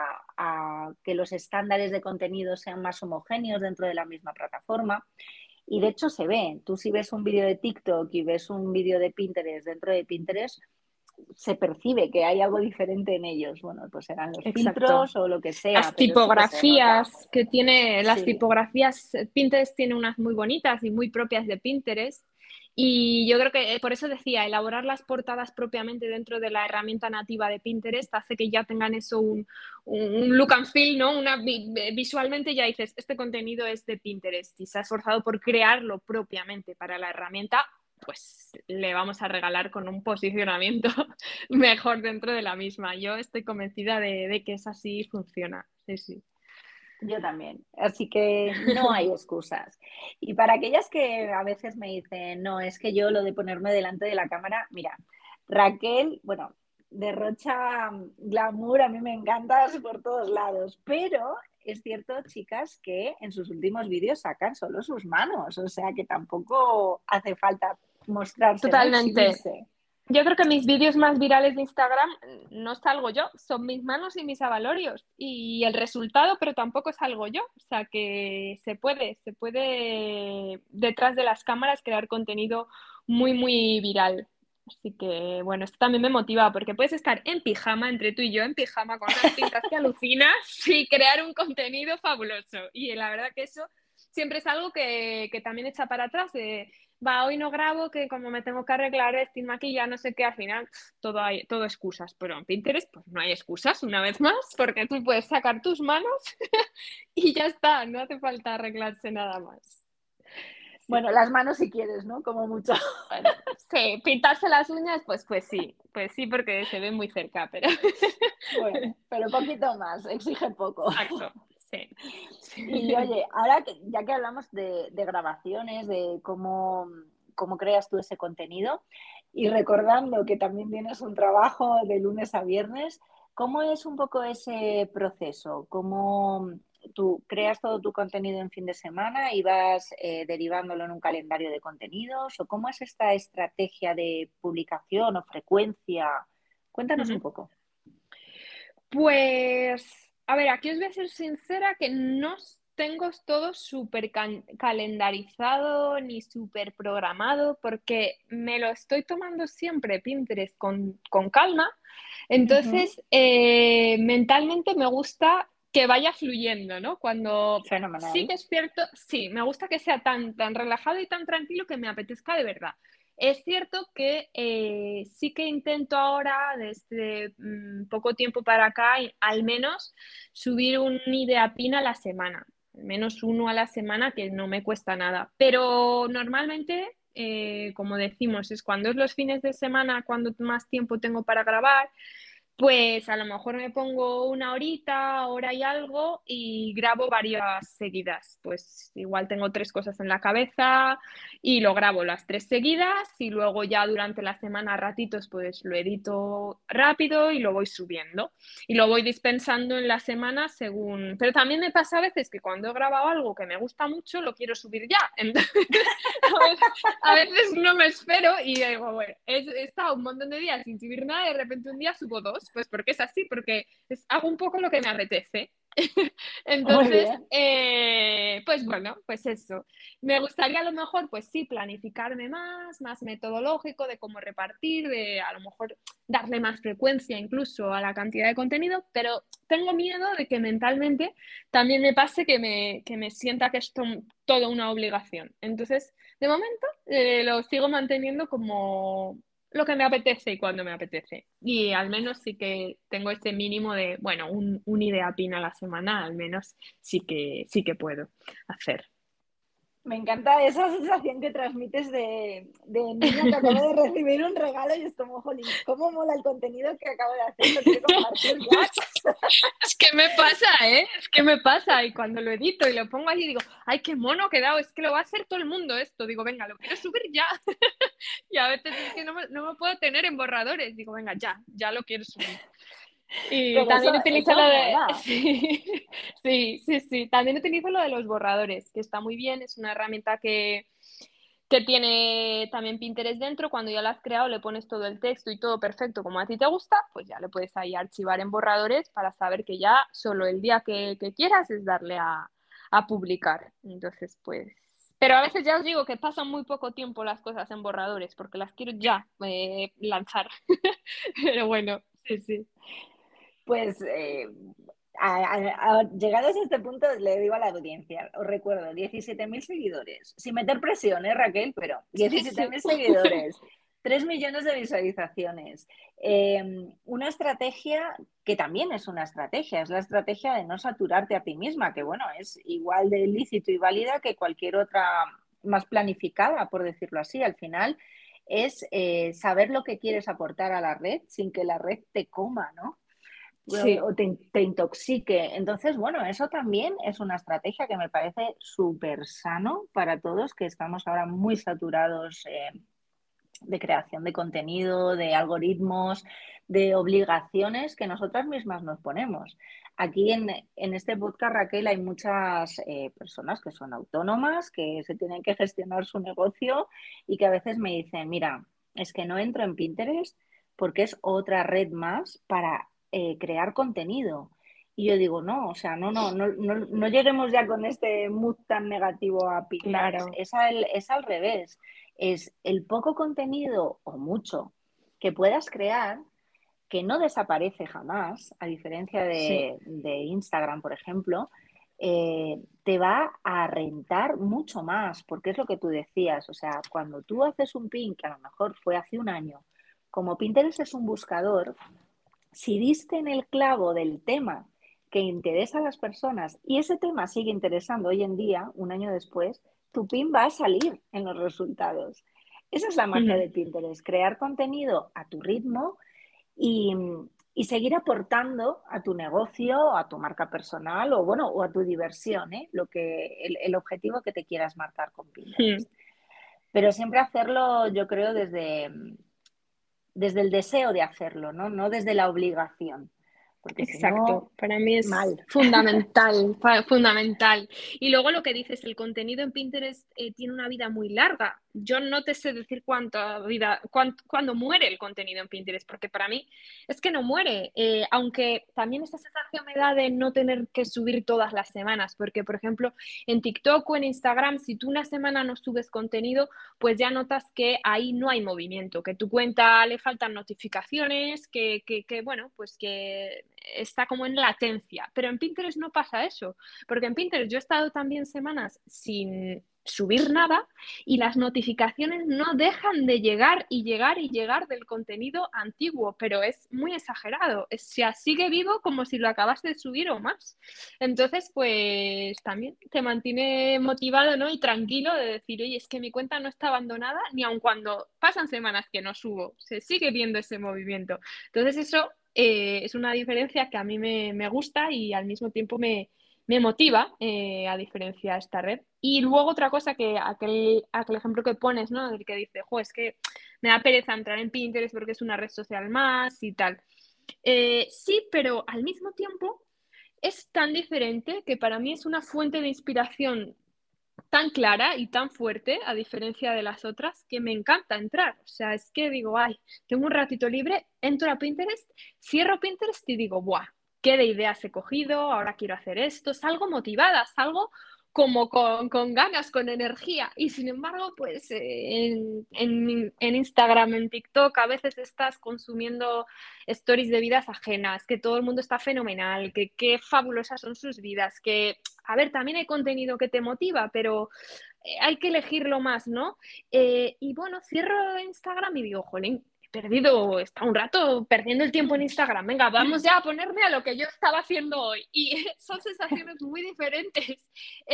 a que los estándares de contenido sean más homogéneos dentro de la misma plataforma. Y de hecho se ve, tú si ves un vídeo de TikTok y ves un vídeo de Pinterest dentro de Pinterest, se percibe que hay algo diferente en ellos. Bueno, pues serán los Exacto. filtros o lo que sea, Las pero sí que se nota. tipografías que tiene, las Sí, tipografías, Pinterest tiene unas muy bonitas y muy propias de Pinterest. Y yo creo que por eso decía, elaborar las portadas propiamente dentro de la herramienta nativa de Pinterest hace que ya tengan eso un look and feel, ¿no? Visualmente ya dices, este contenido es de Pinterest y se ha esforzado por crearlo propiamente para la herramienta, pues le vamos a regalar con un posicionamiento mejor dentro de la misma. Yo estoy convencida de que es así funciona. Sí, sí. yo también. Así que no hay excusas. Y para aquellas que a veces me dicen, no, es que yo lo de ponerme delante de la cámara, mira, Raquel, bueno, derrocha glamour, a mí me encanta por todos lados, pero es cierto, chicas, que en sus últimos vídeos sacan solo sus manos, o sea que tampoco hace falta mostrarse, ¿no? Totalmente. Exhibirse. Yo creo que mis vídeos más virales de Instagram no salgo yo, son mis manos y mis avalorios y el resultado, pero tampoco salgo yo. O sea que se puede detrás de las cámaras crear contenido muy, muy viral. Así que bueno, esto también me motiva porque puedes estar en pijama, entre tú y yo en pijama, con unas pintas que alucinas y crear un contenido fabuloso. Y la verdad que eso siempre es algo que también echa para atrás de va, hoy no grabo, que como me tengo que arreglar, vestir, maquillar, no sé qué, al final todo excusas. Pero en Pinterest, pues no hay excusas, una vez más, porque tú puedes sacar tus manos y ya está, no hace falta arreglarse nada más. Sí. Bueno, las manos si quieres, ¿no? Como mucho. Bueno, sí, pintarse las uñas, pues sí, porque se ve muy cerca, pero Bueno, pero poquito más, exige poco. exacto, sí. Y Sí. oye, ahora que, ya que hablamos de grabaciones, de cómo creas tú ese contenido, y recordando que también tienes un trabajo de lunes a viernes, ¿cómo es un poco ese proceso? ¿Cómo tú creas todo tu contenido en fin de semana y vas derivándolo en un calendario de contenidos? ¿O cómo es esta estrategia de publicación o frecuencia? Cuéntanos un poco. Pues, a ver, aquí os voy a ser sincera que no tengo todo súper calendarizado ni súper programado porque me lo estoy tomando siempre Pinterest con calma. Ujú. Entonces, mentalmente me gusta que vaya fluyendo, ¿no? Cuando sí Fenomenal. que es cierto, sí, me gusta que sea tan relajado y tan tranquilo que me apetezca de verdad. Es cierto que sí que intento ahora, desde poco tiempo para acá, al menos subir un idea pin a la semana, al menos uno a la semana, que no me cuesta nada. Pero normalmente, como decimos, es cuando es los fines de semana, cuando más tiempo tengo para grabar, pues a lo mejor me pongo una horita, hora y algo y grabo varias seguidas. Pues igual tengo tres cosas en la cabeza y lo grabo las tres seguidas y luego ya durante la semana a ratitos pues lo edito rápido y lo voy subiendo. Y lo voy dispensando en la semana según... Pero también me pasa a veces que cuando he grabado algo que me gusta mucho lo quiero subir ya. Entonces, a veces no me espero y digo, bueno, he estado un montón de días sin subir nada y de repente un día subo dos, pues porque es así, porque hago un poco lo que me apetece. Muy Entonces, bien. pues bueno, pues eso. Me gustaría a lo mejor, pues sí, planificarme más metodológico de cómo repartir, de a lo mejor darle más frecuencia incluso a la cantidad de contenido, pero tengo miedo de que mentalmente también me pase que me sienta que es todo una obligación. Entonces, de momento, lo sigo manteniendo como lo que me apetece y cuando me apetece. Y al menos sí que tengo este mínimo de, bueno, un idea pin a la semana, al menos sí que puedo hacer. Me encanta esa sensación que transmites de niña que acaba de recibir un regalo y es como, jolín, cómo mola el contenido que acabo de hacer, lo quiero compartir ya. Es que me pasa, ¿eh? Es que me pasa. Y cuando lo edito y lo pongo allí, digo, ay, qué mono ha quedado, es que lo va a hacer todo el mundo esto. Digo, venga, lo quiero subir ya. Y a veces es que no me puedo tener en borradores. Digo, venga, ya lo quiero subir. Y Pero también utilizo eso lo de... mola. Sí, sí, sí, sí. También utilizo lo de los borradores, que está muy bien. Es una herramienta que tiene también Pinterest dentro. Cuando ya la has creado, le pones todo el texto y todo perfecto como a ti te gusta, pues ya le puedes ahí archivar en borradores para saber que ya solo el día que quieras es darle a publicar. Entonces, pues... Pero a veces ya os digo que pasan muy poco tiempo las cosas en borradores porque las quiero ya lanzar. Pero bueno, sí, sí. Pues llegados a este punto, le digo a la audiencia, os recuerdo, 17.000 seguidores, sin meter presión, Raquel? Pero Sí, diecisiete sí. mil seguidores, 3 millones de visualizaciones, una estrategia que también es una estrategia, es la estrategia de no saturarte a ti misma, que bueno, es igual de lícito y válida que cualquier otra más planificada, por decirlo así. Al final es saber lo que quieres aportar a la red sin que la red te coma, ¿no? Sí. O te intoxique. Entonces, bueno, eso también es una estrategia que me parece súper sano para todos, que estamos ahora muy saturados de creación de contenido, de algoritmos, de obligaciones que nosotras mismas nos ponemos. Aquí en este podcast, Raquel, hay muchas personas que son autónomas, que se tienen que gestionar su negocio y que a veces me dicen, mira, es que no entro en Pinterest porque es otra red más para crear contenido. Y yo digo, no, o sea, no lleguemos ya con este mood tan negativo a Pinterest. Claro. Es al revés. Es el poco contenido o mucho que puedas crear que no desaparece jamás, a diferencia Sí. de Instagram, por ejemplo, te va a rentar mucho más, porque es lo que tú decías, o sea, cuando tú haces un pin, que a lo mejor fue hace un año, como Pinterest es un buscador, si diste en el clavo del tema que interesa a las personas y ese tema sigue interesando hoy en día, un año después, tu pin va a salir en los resultados. Esa es la magia Ujú. de Pinterest, crear contenido a tu ritmo y, y seguir aportando a tu negocio, a tu marca personal o bueno, o a tu diversión, ¿eh? El objetivo que te quieras marcar con Ujú. Pinterest. Pero siempre hacerlo, yo creo, desde el deseo de hacerlo, ¿no? No desde la obligación, porque si Exacto, no, para mí es mal. fundamental, fundamental. Y luego lo que dices, el contenido en Pinterest tiene una vida muy larga. Yo no te sé decir cuánta vida, cuándo muere el contenido en Pinterest, porque para mí es que no muere, aunque también esta sensación me da de no tener que subir todas las semanas, porque por ejemplo en TikTok o en Instagram, si tú una semana no subes contenido, pues ya notas que ahí no hay movimiento, que tu cuenta le faltan notificaciones, que bueno, pues que está como en latencia. Pero en Pinterest no pasa eso, porque en Pinterest yo he estado también semanas sin subir nada y las notificaciones no dejan de llegar y llegar y llegar del contenido antiguo, pero es muy exagerado. O sea, sigue vivo como si lo acabas de subir o más. Entonces, pues también te mantiene motivado, ¿no? Y tranquilo de decir, oye, es que mi cuenta no está abandonada ni aun cuando pasan semanas que no subo, se sigue viendo ese movimiento. Entonces, eso es una diferencia que a mí me gusta y al mismo tiempo me motiva a diferencia esta red. Y luego otra cosa que aquel ejemplo que pones, ¿no? Del que dice, jo, es que me da pereza entrar en Pinterest porque es una red social más y tal. Sí, pero al mismo tiempo es tan diferente que para mí es una fuente de inspiración tan clara y tan fuerte, a diferencia de las otras, que me encanta entrar. O sea, es que digo, ay, tengo un ratito libre, entro a Pinterest, cierro Pinterest y digo, buah, qué de ideas he cogido, ahora quiero hacer esto, salgo motivada, salgo como con ganas, con energía. Y sin embargo, pues en Instagram, en TikTok, a veces estás consumiendo stories de vidas ajenas, que todo el mundo está fenomenal, que qué fabulosas son sus vidas, que, a ver, también hay contenido que te motiva, pero hay que elegirlo más, ¿no? Y bueno, cierro Instagram y digo, jolín, he perdido, está un rato perdiendo el tiempo en Instagram. Venga, vamos ya a ponerme a lo que yo estaba haciendo hoy. Y son sensaciones muy diferentes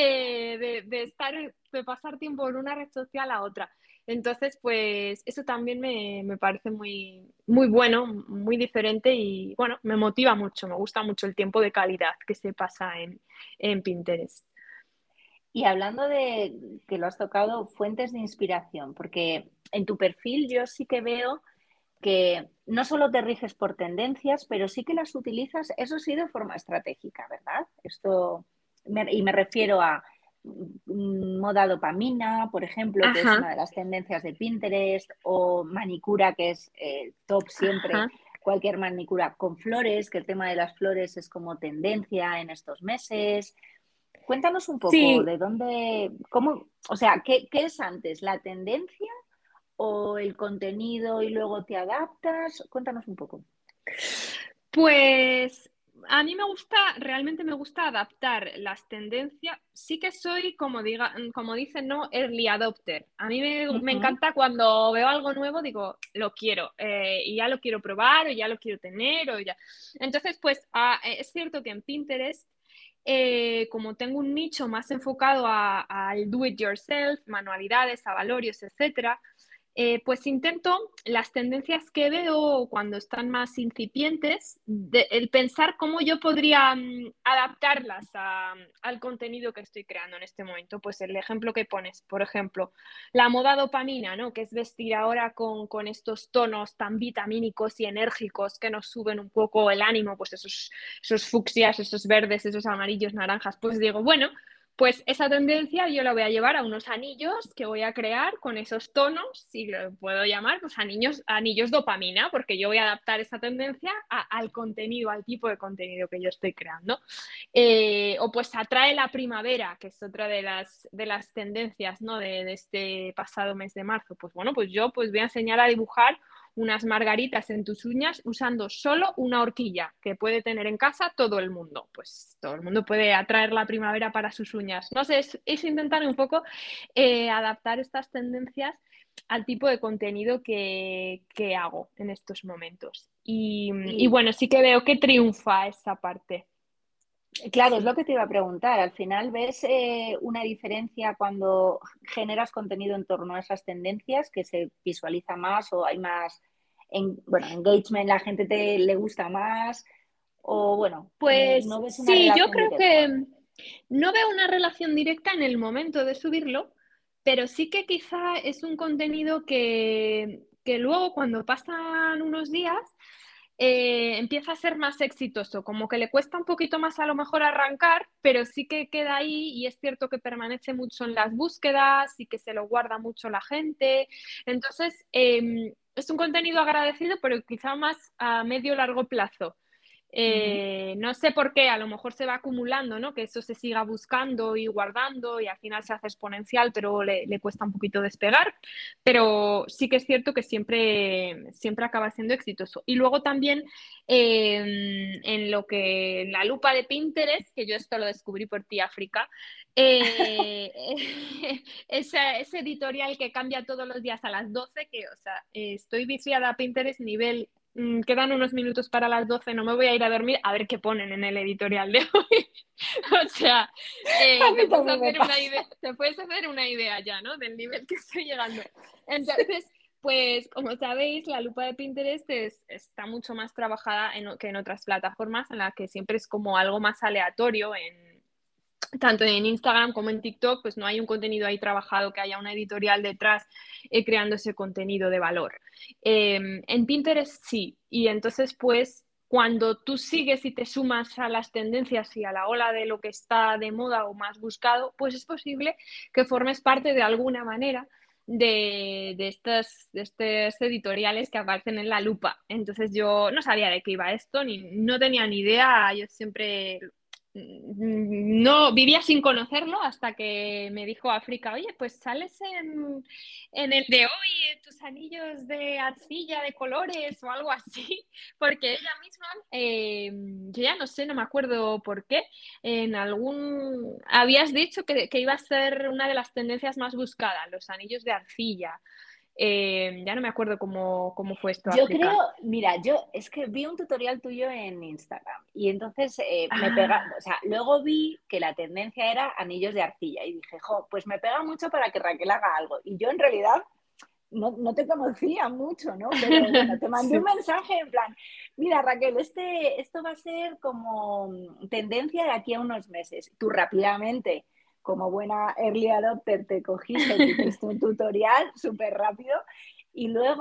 de estar, de pasar tiempo en una red social a otra. Entonces, pues eso también me parece muy, muy bueno, muy diferente y bueno, me motiva mucho, me gusta mucho el tiempo de calidad que se pasa en Pinterest. Y hablando de que lo has tocado, fuentes de inspiración, porque en tu perfil yo sí que veo que no solo te riges por tendencias, pero sí que las utilizas, eso sí, de forma estratégica, ¿verdad? Y me refiero a moda dopamina, por ejemplo, que es Ajá, una de las tendencias de Pinterest, o manicura, que es top siempre, ajá. cualquier manicura con flores, que el tema de las flores es como tendencia en estos meses. Cuéntanos un poco Sí, de dónde, cómo, o sea, ¿qué es antes, la tendencia o el contenido y luego te adaptas? Cuéntanos un poco. pues a mí me gusta, realmente me gusta adaptar las tendencias. Sí que soy, como dicen, ¿no? Early adopter. A mí me Ujú. encanta cuando veo algo nuevo, digo, lo quiero, y ya lo quiero probar, o ya lo quiero tener, o ya. Entonces, pues es cierto que en Pinterest, como tengo un nicho más enfocado al do it yourself, manualidades, avalorios, etcétera, pues intento las tendencias que veo cuando están más incipientes, el pensar cómo yo podría adaptarlas al contenido que estoy creando en este momento. Pues el ejemplo que pones, por ejemplo, la moda dopamina, ¿no? Que es vestir ahora con estos tonos tan vitamínicos y enérgicos que nos suben un poco el ánimo, pues esos fucsias, esos verdes, esos amarillos, naranjas. Pues digo, bueno, pues esa tendencia yo la voy a llevar a unos anillos que voy a crear con esos tonos y lo puedo llamar pues anillos dopamina, porque yo voy a adaptar esa tendencia al contenido, al tipo de contenido que yo estoy creando. O pues atrae la primavera, que es otra de las tendencias, ¿no? De este pasado mes de marzo. Pues bueno, pues yo pues voy a enseñar a dibujar unas margaritas en tus uñas usando solo una horquilla que puede tener en casa todo el mundo. Pues todo el mundo puede atraer la primavera para sus uñas. No sé, es intentar un poco adaptar estas tendencias al tipo de contenido que hago en estos momentos. Y Y bueno, sí que veo que triunfa esa parte. claro, es Sí. lo que te iba a preguntar. Al final, ¿ves una diferencia cuando generas contenido en torno a esas tendencias, que se visualiza más o hay más, bueno, engagement, la gente le gusta más? O bueno, Pues no ves una sí, yo relación creo directa. que no veo una relación directa en el momento de subirlo, pero sí que quizá es un contenido que luego cuando pasan unos días empieza a ser más exitoso, como que le cuesta un poquito más a lo mejor arrancar, pero sí que queda ahí y es cierto que permanece mucho en las búsquedas y que se lo guarda mucho la gente. Entonces, es un contenido agradecido, pero quizá más a medio largo plazo. Ujú. No sé por qué, a lo mejor se va acumulando, ¿no? Que eso se siga buscando y guardando y al final se hace exponencial, pero le cuesta un poquito despegar. Pero sí que es cierto que siempre acaba siendo exitoso. Y luego también en la lupa de Pinterest, que yo esto lo descubrí por ti, África, eh, ese editorial que cambia todos los días a las 12 que, o sea, estoy viciada a Pinterest nivel quedan unos minutos para las 12, no me voy a ir a dormir a ver qué ponen en el editorial de hoy. O sea, A mí también me pasa. te puedes hacer una idea ya, ¿no? Del nivel que estoy llegando. Entonces, pues como sabéis, la lupa de Pinterest está mucho más trabajada que en otras plataformas en las que siempre es como algo más aleatorio tanto en Instagram como en TikTok, pues no hay un contenido ahí trabajado, que haya una editorial detrás creando ese contenido de valor. En Pinterest sí, y entonces pues cuando tú sigues y te sumas a las tendencias y a la ola de lo que está de moda o más buscado, pues es posible que formes parte de alguna manera de estos editoriales que aparecen en la lupa. Entonces yo no sabía de qué iba esto, ni no tenía ni idea, yo siempre no vivía sin conocerlo hasta que me dijo África, oye, pues sales en el de hoy, en tus anillos de arcilla de colores o algo así, porque ella misma, yo ya no sé, no me acuerdo por qué, habías dicho que iba a ser una de las tendencias más buscadas, los anillos de arcilla. Ya no me acuerdo cómo fue esto, Yo creo, África. mira, yo es que vi un tutorial tuyo en Instagram y entonces me pega, Ah, o sea, luego vi que la tendencia era anillos de arcilla y dije, jo, pues me pega mucho para que Raquel haga algo. Y yo en realidad no te conocía mucho, ¿no? Pero bueno, te mandé un sí. mensaje en plan, mira Raquel, esto va a ser como tendencia de aquí a unos meses. Tú rápidamente, como buena early adopter, te cogiste, te hiciste un tutorial súper rápido y luego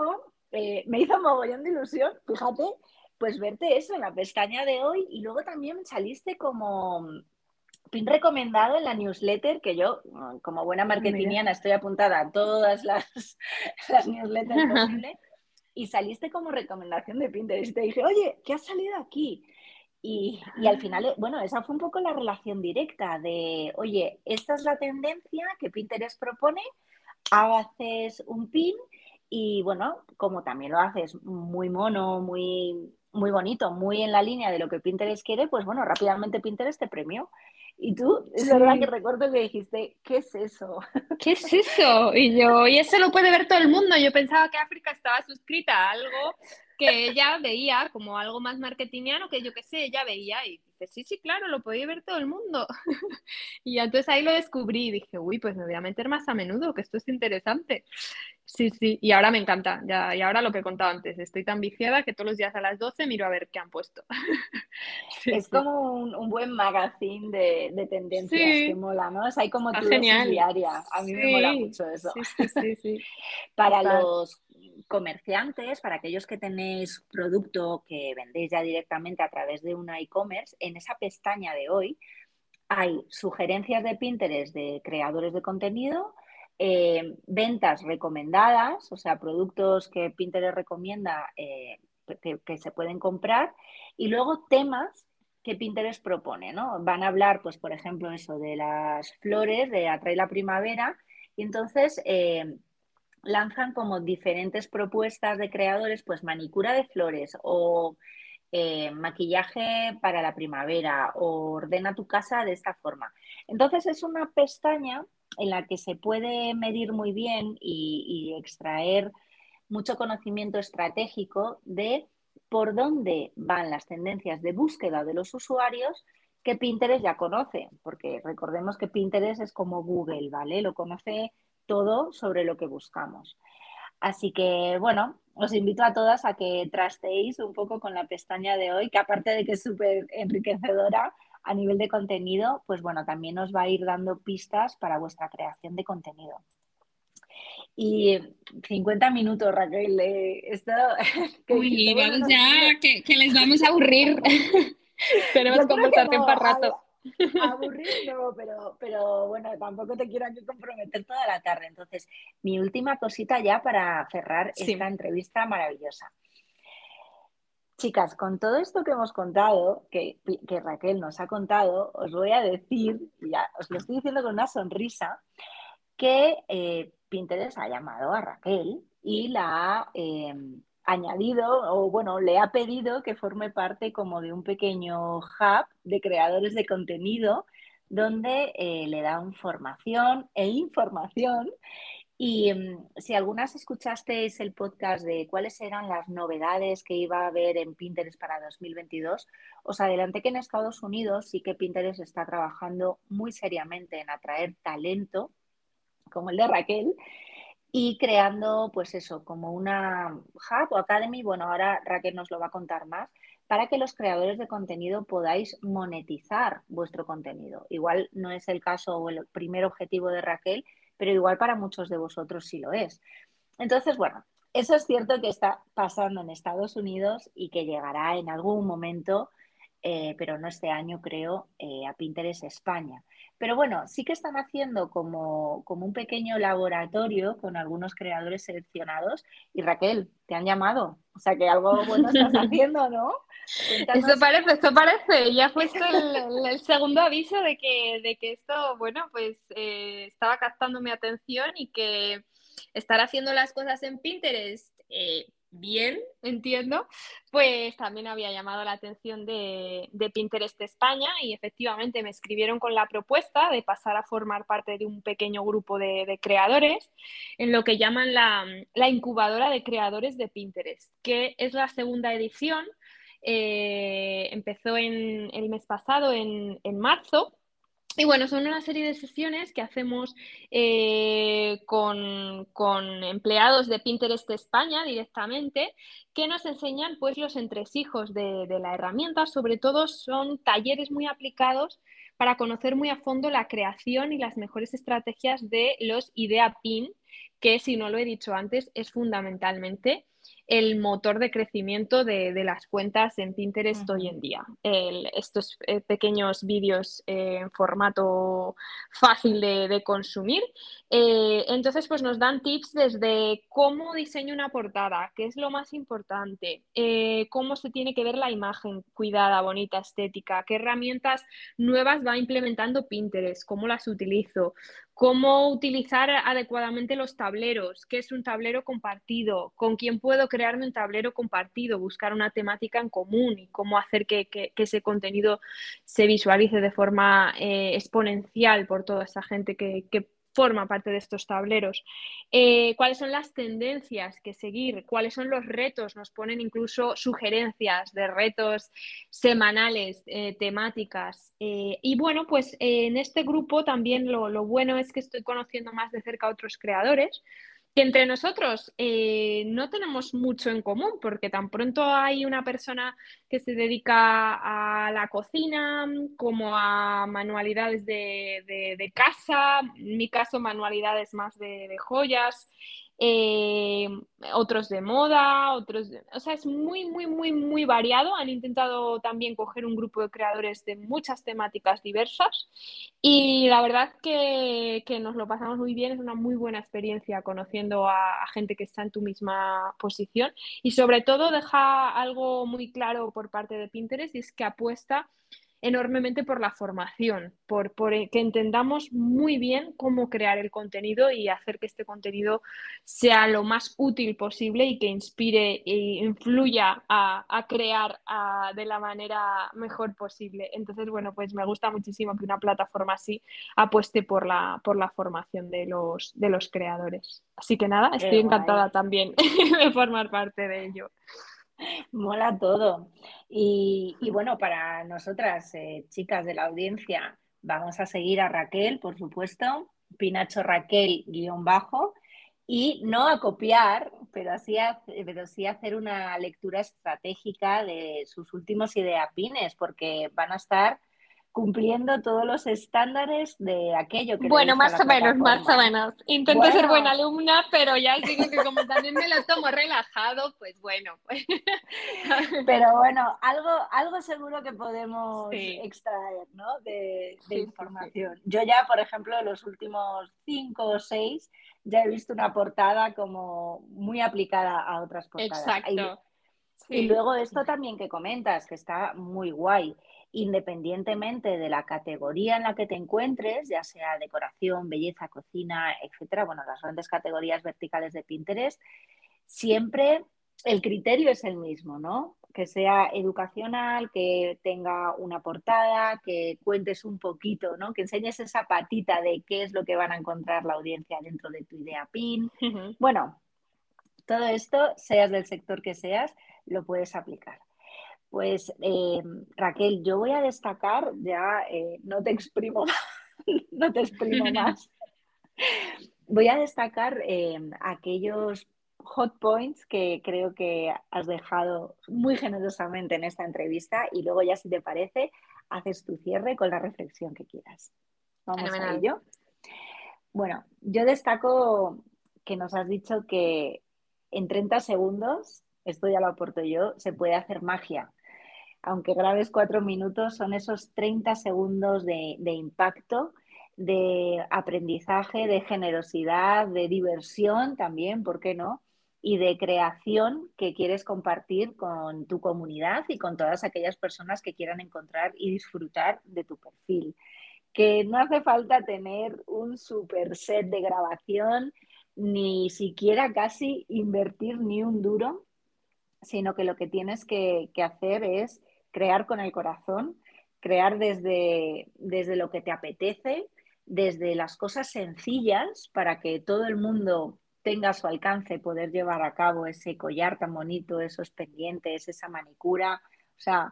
me hizo mogollón de ilusión, fíjate, pues verte eso en la pestaña de hoy y luego también saliste como pin recomendado en la newsletter, que yo, como buena Mira. marketingiana, estoy apuntada a todas las newsletters posibles, y saliste como recomendación de Pinterest. Y te dije, oye, ¿qué ha salido aquí? Y al final, bueno, esa fue un poco la relación directa de, oye, esta es la tendencia que Pinterest propone, haces un pin y bueno, como también lo haces muy mono, muy bonito, muy en la línea de lo que Pinterest quiere, pues bueno, rápidamente Pinterest te premió. Y tú, es verdad que Sí. recuerdo que dijiste, ¿qué es eso? ¿Qué es eso? Y yo, y eso lo puede ver todo el mundo. Yo pensaba que África estaba suscrita a algo que ella veía como algo más marketingiano, que yo qué sé, ella veía y dice, sí, sí, claro, lo podía ver todo el mundo. Y entonces ahí lo descubrí y dije, uy, pues me voy a meter más a menudo, que esto es interesante. Sí, sí, y ahora me encanta, ya, y ahora lo que he contado antes, estoy tan viciada que todos los días a las 12 miro a ver qué han puesto. Sí, Es sí. como un buen magazine de tendencias que Sí, mola, ¿no? Es ahí como está tu dosis genial. diaria. A mí me mola Sí, mucho eso. sí, sí, sí, sí, Para total. los comerciantes, para aquellos que tenéis producto que vendéis ya directamente a través de una e-commerce, en esa pestaña de hoy hay sugerencias de Pinterest de creadores de contenido, ventas recomendadas, o sea, productos que Pinterest recomienda que se pueden comprar, y luego temas que Pinterest propone, ¿no? Van a hablar, pues, por ejemplo, eso de las flores, de atrae la primavera, y entonces lanzan como diferentes propuestas de creadores, pues manicura de flores o maquillaje para la primavera o ordena tu casa de esta forma. Entonces es una pestaña en la que se puede medir muy bien y extraer mucho conocimiento estratégico de por dónde van las tendencias de búsqueda de los usuarios que Pinterest ya conoce, porque recordemos que Pinterest es como Google, ¿vale? Lo conoce todo sobre lo que buscamos. Así que, bueno, os invito a todas a que trasteéis un poco con la pestaña de hoy, que aparte de que es súper enriquecedora a nivel de contenido, pues bueno, también os va a ir dando pistas para vuestra creación de contenido. Y 50 minutos, Raquel, esto que Uy, somos vamos unos niños. ya, que les vamos a aburrir. Tenemos Yo creo que conversación no, para rato. aburrir no, pero bueno, tampoco te quiero aquí comprometer toda la tarde. Entonces, mi última cosita ya para cerrar esta Sí. entrevista maravillosa. Chicas, con todo esto que hemos contado, que Raquel nos ha contado, os voy a decir, ya os lo estoy diciendo con una sonrisa, que Pinterest ha llamado a Raquel y la ha añadido, o bueno, le ha pedido que forme parte como de un pequeño hub de creadores de contenido donde le dan formación e información y si algunas escuchasteis el podcast de cuáles eran las novedades que iba a haber en Pinterest para 2022, os adelanté que en Estados Unidos sí que Pinterest está trabajando muy seriamente en atraer talento, como el de Raquel, y creando, pues eso, como una hub o academy, bueno, ahora Raquel nos lo va a contar más, para que los creadores de contenido podáis monetizar vuestro contenido. Igual no es el caso o el primer objetivo de Raquel, pero igual para muchos de vosotros sí lo es. Entonces, bueno, eso es cierto que está pasando en Estados Unidos y que llegará en algún momento, pero no este año creo, a Pinterest España. Pero bueno, sí que están haciendo como un pequeño laboratorio con algunos creadores seleccionados. Y Raquel, te han llamado. O sea que algo bueno estás haciendo, ¿no? Eso Cuéntanos. parece, eso parece. Ya ha puesto el segundo aviso de que esto, bueno, pues estaba captando mi atención y que estar haciendo las cosas en Pinterest bien, entiendo, pues también había llamado la atención de Pinterest España y efectivamente me escribieron con la propuesta de pasar a formar parte de un pequeño grupo de creadores en lo que llaman la incubadora de creadores de Pinterest, que es la segunda edición. Empezó el mes pasado, en marzo. Y bueno, son una serie de sesiones que hacemos con empleados de Pinterest España directamente, que nos enseñan pues los entresijos de la herramienta. Sobre todo son talleres muy aplicados para conocer muy a fondo la creación y las mejores estrategias de los idea pin que, si no lo he dicho antes, es fundamentalmente el motor de crecimiento de las cuentas en Pinterest hoy Ujú. en día. Estos pequeños vídeos en formato fácil de consumir. Entonces, pues nos dan tips desde cómo diseño una portada, qué es lo más importante, cómo se tiene que ver la imagen cuidada, bonita, estética, qué herramientas nuevas va implementando Pinterest, cómo las utilizo, cómo utilizar adecuadamente los tableros, qué es un tablero compartido, con quién puedo crearme un tablero compartido, buscar una temática en común y cómo hacer que ese contenido se visualice de forma exponencial por toda esa gente que forma parte de estos tableros. ¿Cuáles son las tendencias que seguir? ¿Cuáles son los retos? Nos ponen incluso sugerencias de retos semanales, temáticas. Y bueno, pues en este grupo también lo bueno es que estoy conociendo más de cerca a otros creadores, que entre nosotros no tenemos mucho en común, porque tan pronto hay una persona que se dedica a la cocina, como a manualidades de casa, en mi caso manualidades más de joyas, eh, otros de moda, o sea, es muy, muy, muy, muy variado. Han intentado también coger un grupo de creadores de muchas temáticas diversas y la verdad que nos lo pasamos muy bien, es una muy buena experiencia conociendo a gente que está en tu misma posición y sobre todo deja algo muy claro por parte de Pinterest y es que apuesta enormemente por la formación, por que entendamos muy bien cómo crear el contenido y hacer que este contenido sea lo más útil posible y que inspire e influya a crear de la manera mejor posible. Entonces, bueno, pues me gusta muchísimo que una plataforma así apueste por la formación de los creadores. Así que nada, Qué estoy guay. encantada también de formar parte de ello. Mola todo. Y bueno, para nosotras, chicas de la audiencia, vamos a seguir a Raquel, por supuesto, Pinacho Raquel guión bajo, y no a copiar, pero sí hacer una lectura estratégica de sus últimos ideapines, porque van a estar cumpliendo todos los estándares de aquello que le Bueno, gusta a más la o menos, más o plataforma. menos. Intento ser buena Bueno, alumna, pero ya os digo que como también me lo tomo relajado, pues bueno, pues pero bueno, algo seguro que podemos sí, extraer, ¿no? De sí, sí, sí. información. Yo ya, por ejemplo, en los últimos 5 o 6 ya he visto una portada como muy aplicada a otras portadas. Exacto, Y sí. luego esto también que comentas, que está muy guay, independientemente de la categoría en la que te encuentres, ya sea decoración, belleza, cocina, etcétera, bueno, las grandes categorías verticales de Pinterest, siempre el criterio es el mismo, ¿no? Que sea educacional, que tenga una portada, que cuentes un poquito, ¿no? Que enseñes esa patita de qué es lo que van a encontrar la audiencia dentro de tu idea pin. Ujú. Bueno, todo esto, seas del sector que seas, lo puedes aplicar. Pues Raquel, yo voy a destacar, ya no te exprimo, no te exprimo más, voy a destacar aquellos hot points que creo que has dejado muy generosamente en esta entrevista y luego ya si te parece, haces tu cierre con la reflexión que quieras. Vamos a Fenomenal. ello. Bueno, yo destaco que nos has dicho que en 30 segundos, esto ya lo aporto yo, se puede hacer magia. Aunque grabes 4 minutos, son esos 30 segundos de impacto, de aprendizaje, de generosidad, de diversión también, ¿por qué no? Y de creación que quieres compartir con tu comunidad y con todas aquellas personas que quieran encontrar y disfrutar de tu perfil. Que no hace falta tener un super set de grabación, ni siquiera casi invertir ni un duro, sino que lo que tienes que hacer es crear con el corazón, crear desde lo que te apetece, desde las cosas sencillas para que todo el mundo tenga a su alcance poder llevar a cabo ese collar tan bonito, esos pendientes, esa manicura. O sea,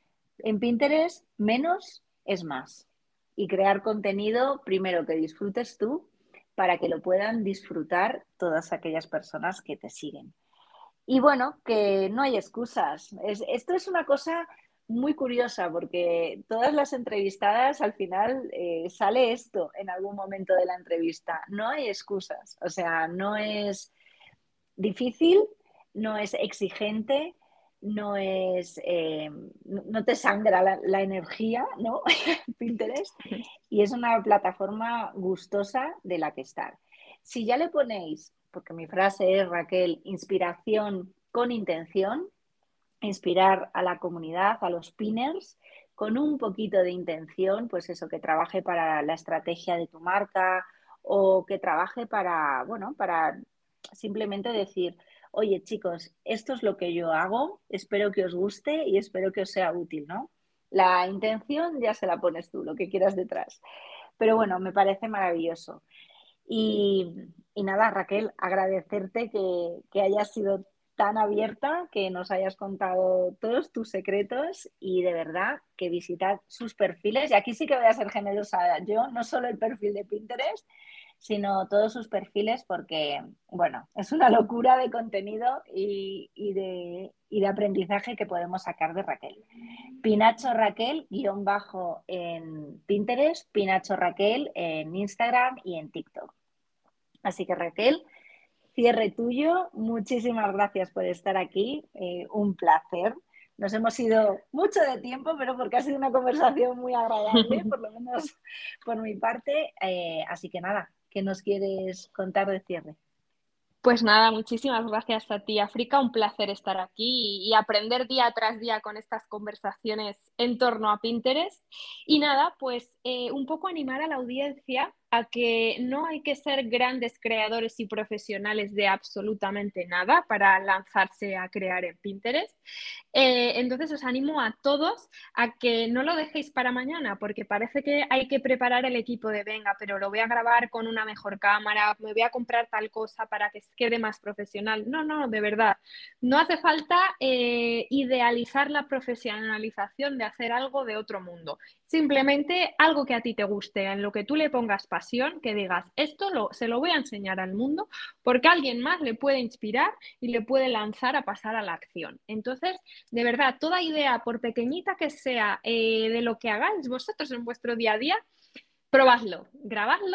en Pinterest menos es más. Y crear contenido, primero que disfrutes tú, para que lo puedan disfrutar todas aquellas personas que te siguen. Y bueno, que no hay excusas. Esto es una cosa muy curiosa porque todas las entrevistadas al final sale esto en algún momento de la entrevista. No hay excusas, o sea, no es difícil, no es exigente, no es, no te sangra la energía, ¿no? Pinterest, y es una plataforma gustosa de la que estar. Si ya le ponéis, porque mi frase es, Raquel, inspiración con intención, inspirar a la comunidad, a los pinners, con un poquito de intención, pues eso, que trabaje para la estrategia de tu marca o que trabaje para, bueno, para simplemente decir, oye chicos, esto es lo que yo hago, espero que os guste y espero que os sea útil, ¿no? La intención ya se la pones tú, lo que quieras detrás. Pero bueno, me parece maravilloso. Y, y nada, Raquel, agradecerte que hayas sido tan abierta, que nos hayas contado todos tus secretos y de verdad que visitad sus perfiles. Y aquí sí que voy a ser generosa yo, no solo el perfil de Pinterest, sino todos sus perfiles porque, bueno, es una locura de contenido y de aprendizaje que podemos sacar de Raquel. Pinacho Raquel, guión bajo en Pinterest, Pinacho Raquel en Instagram y en TikTok. Así que Raquel, cierre tuyo. Muchísimas gracias por estar aquí. Un placer. Nos hemos ido mucho de tiempo, pero porque ha sido una conversación muy agradable, por lo menos por mi parte. Así que nada, ¿qué nos quieres contar de cierre? Pues nada, muchísimas gracias a ti, África. Un placer estar aquí y aprender día tras día con estas conversaciones en torno a Pinterest. Y nada, pues un poco animar a la audiencia a que no hay que ser grandes creadores y profesionales de absolutamente nada para lanzarse a crear en Pinterest. Entonces os animo a todos a que no lo dejéis para mañana, porque parece que hay que preparar el equipo de venga, pero lo voy a grabar con una mejor cámara, me voy a comprar tal cosa para que quede más profesional. No, no, de verdad. No hace falta idealizar la profesionalización de hacer algo de otro mundo. Simplemente algo que a ti te guste, en lo que tú le pongas pasión, que digas, se lo voy a enseñar al mundo porque alguien más le puede inspirar y le puede lanzar a pasar a la acción. Entonces, de verdad, toda idea, por pequeñita que sea, de lo que hagáis vosotros en vuestro día a día, probadlo, grabadlo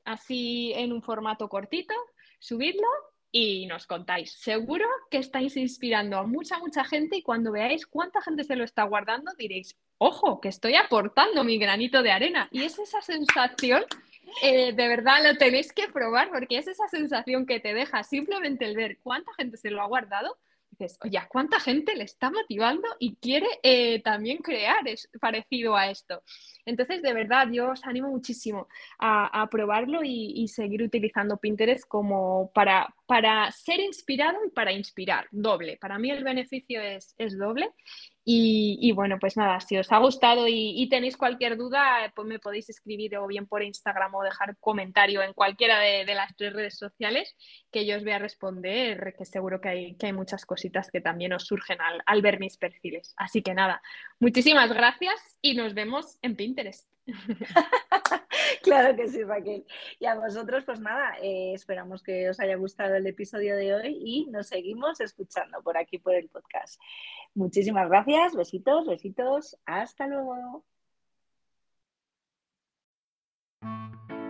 así en un formato cortito, subidlo y nos contáis. Seguro que estáis inspirando a mucha gente y cuando veáis cuánta gente se lo está guardando diréis, ojo, que estoy aportando mi granito de arena. Y es esa sensación, de verdad lo tenéis que probar porque es esa sensación que te deja simplemente el ver cuánta gente se lo ha guardado. Dices, oye, ¿a cuánta gente le está motivando y quiere también crear parecido a esto? Entonces, de verdad, yo os animo muchísimo a probarlo y seguir utilizando Pinterest como para ser inspirado y para inspirar, doble. Para mí el beneficio es doble. Y bueno, pues nada, si os ha gustado y tenéis cualquier duda, pues me podéis escribir o bien por Instagram o dejar comentario en cualquiera de las tres redes sociales que yo os voy a responder, que seguro que hay muchas cositas que también os surgen al ver mis perfiles. Así que nada, muchísimas gracias y nos vemos en Pinterest. Claro que sí, Raquel. Y a vosotros, pues nada, esperamos que os haya gustado el episodio de hoy y nos seguimos escuchando por aquí por el podcast. Muchísimas gracias, besitos, besitos, hasta luego.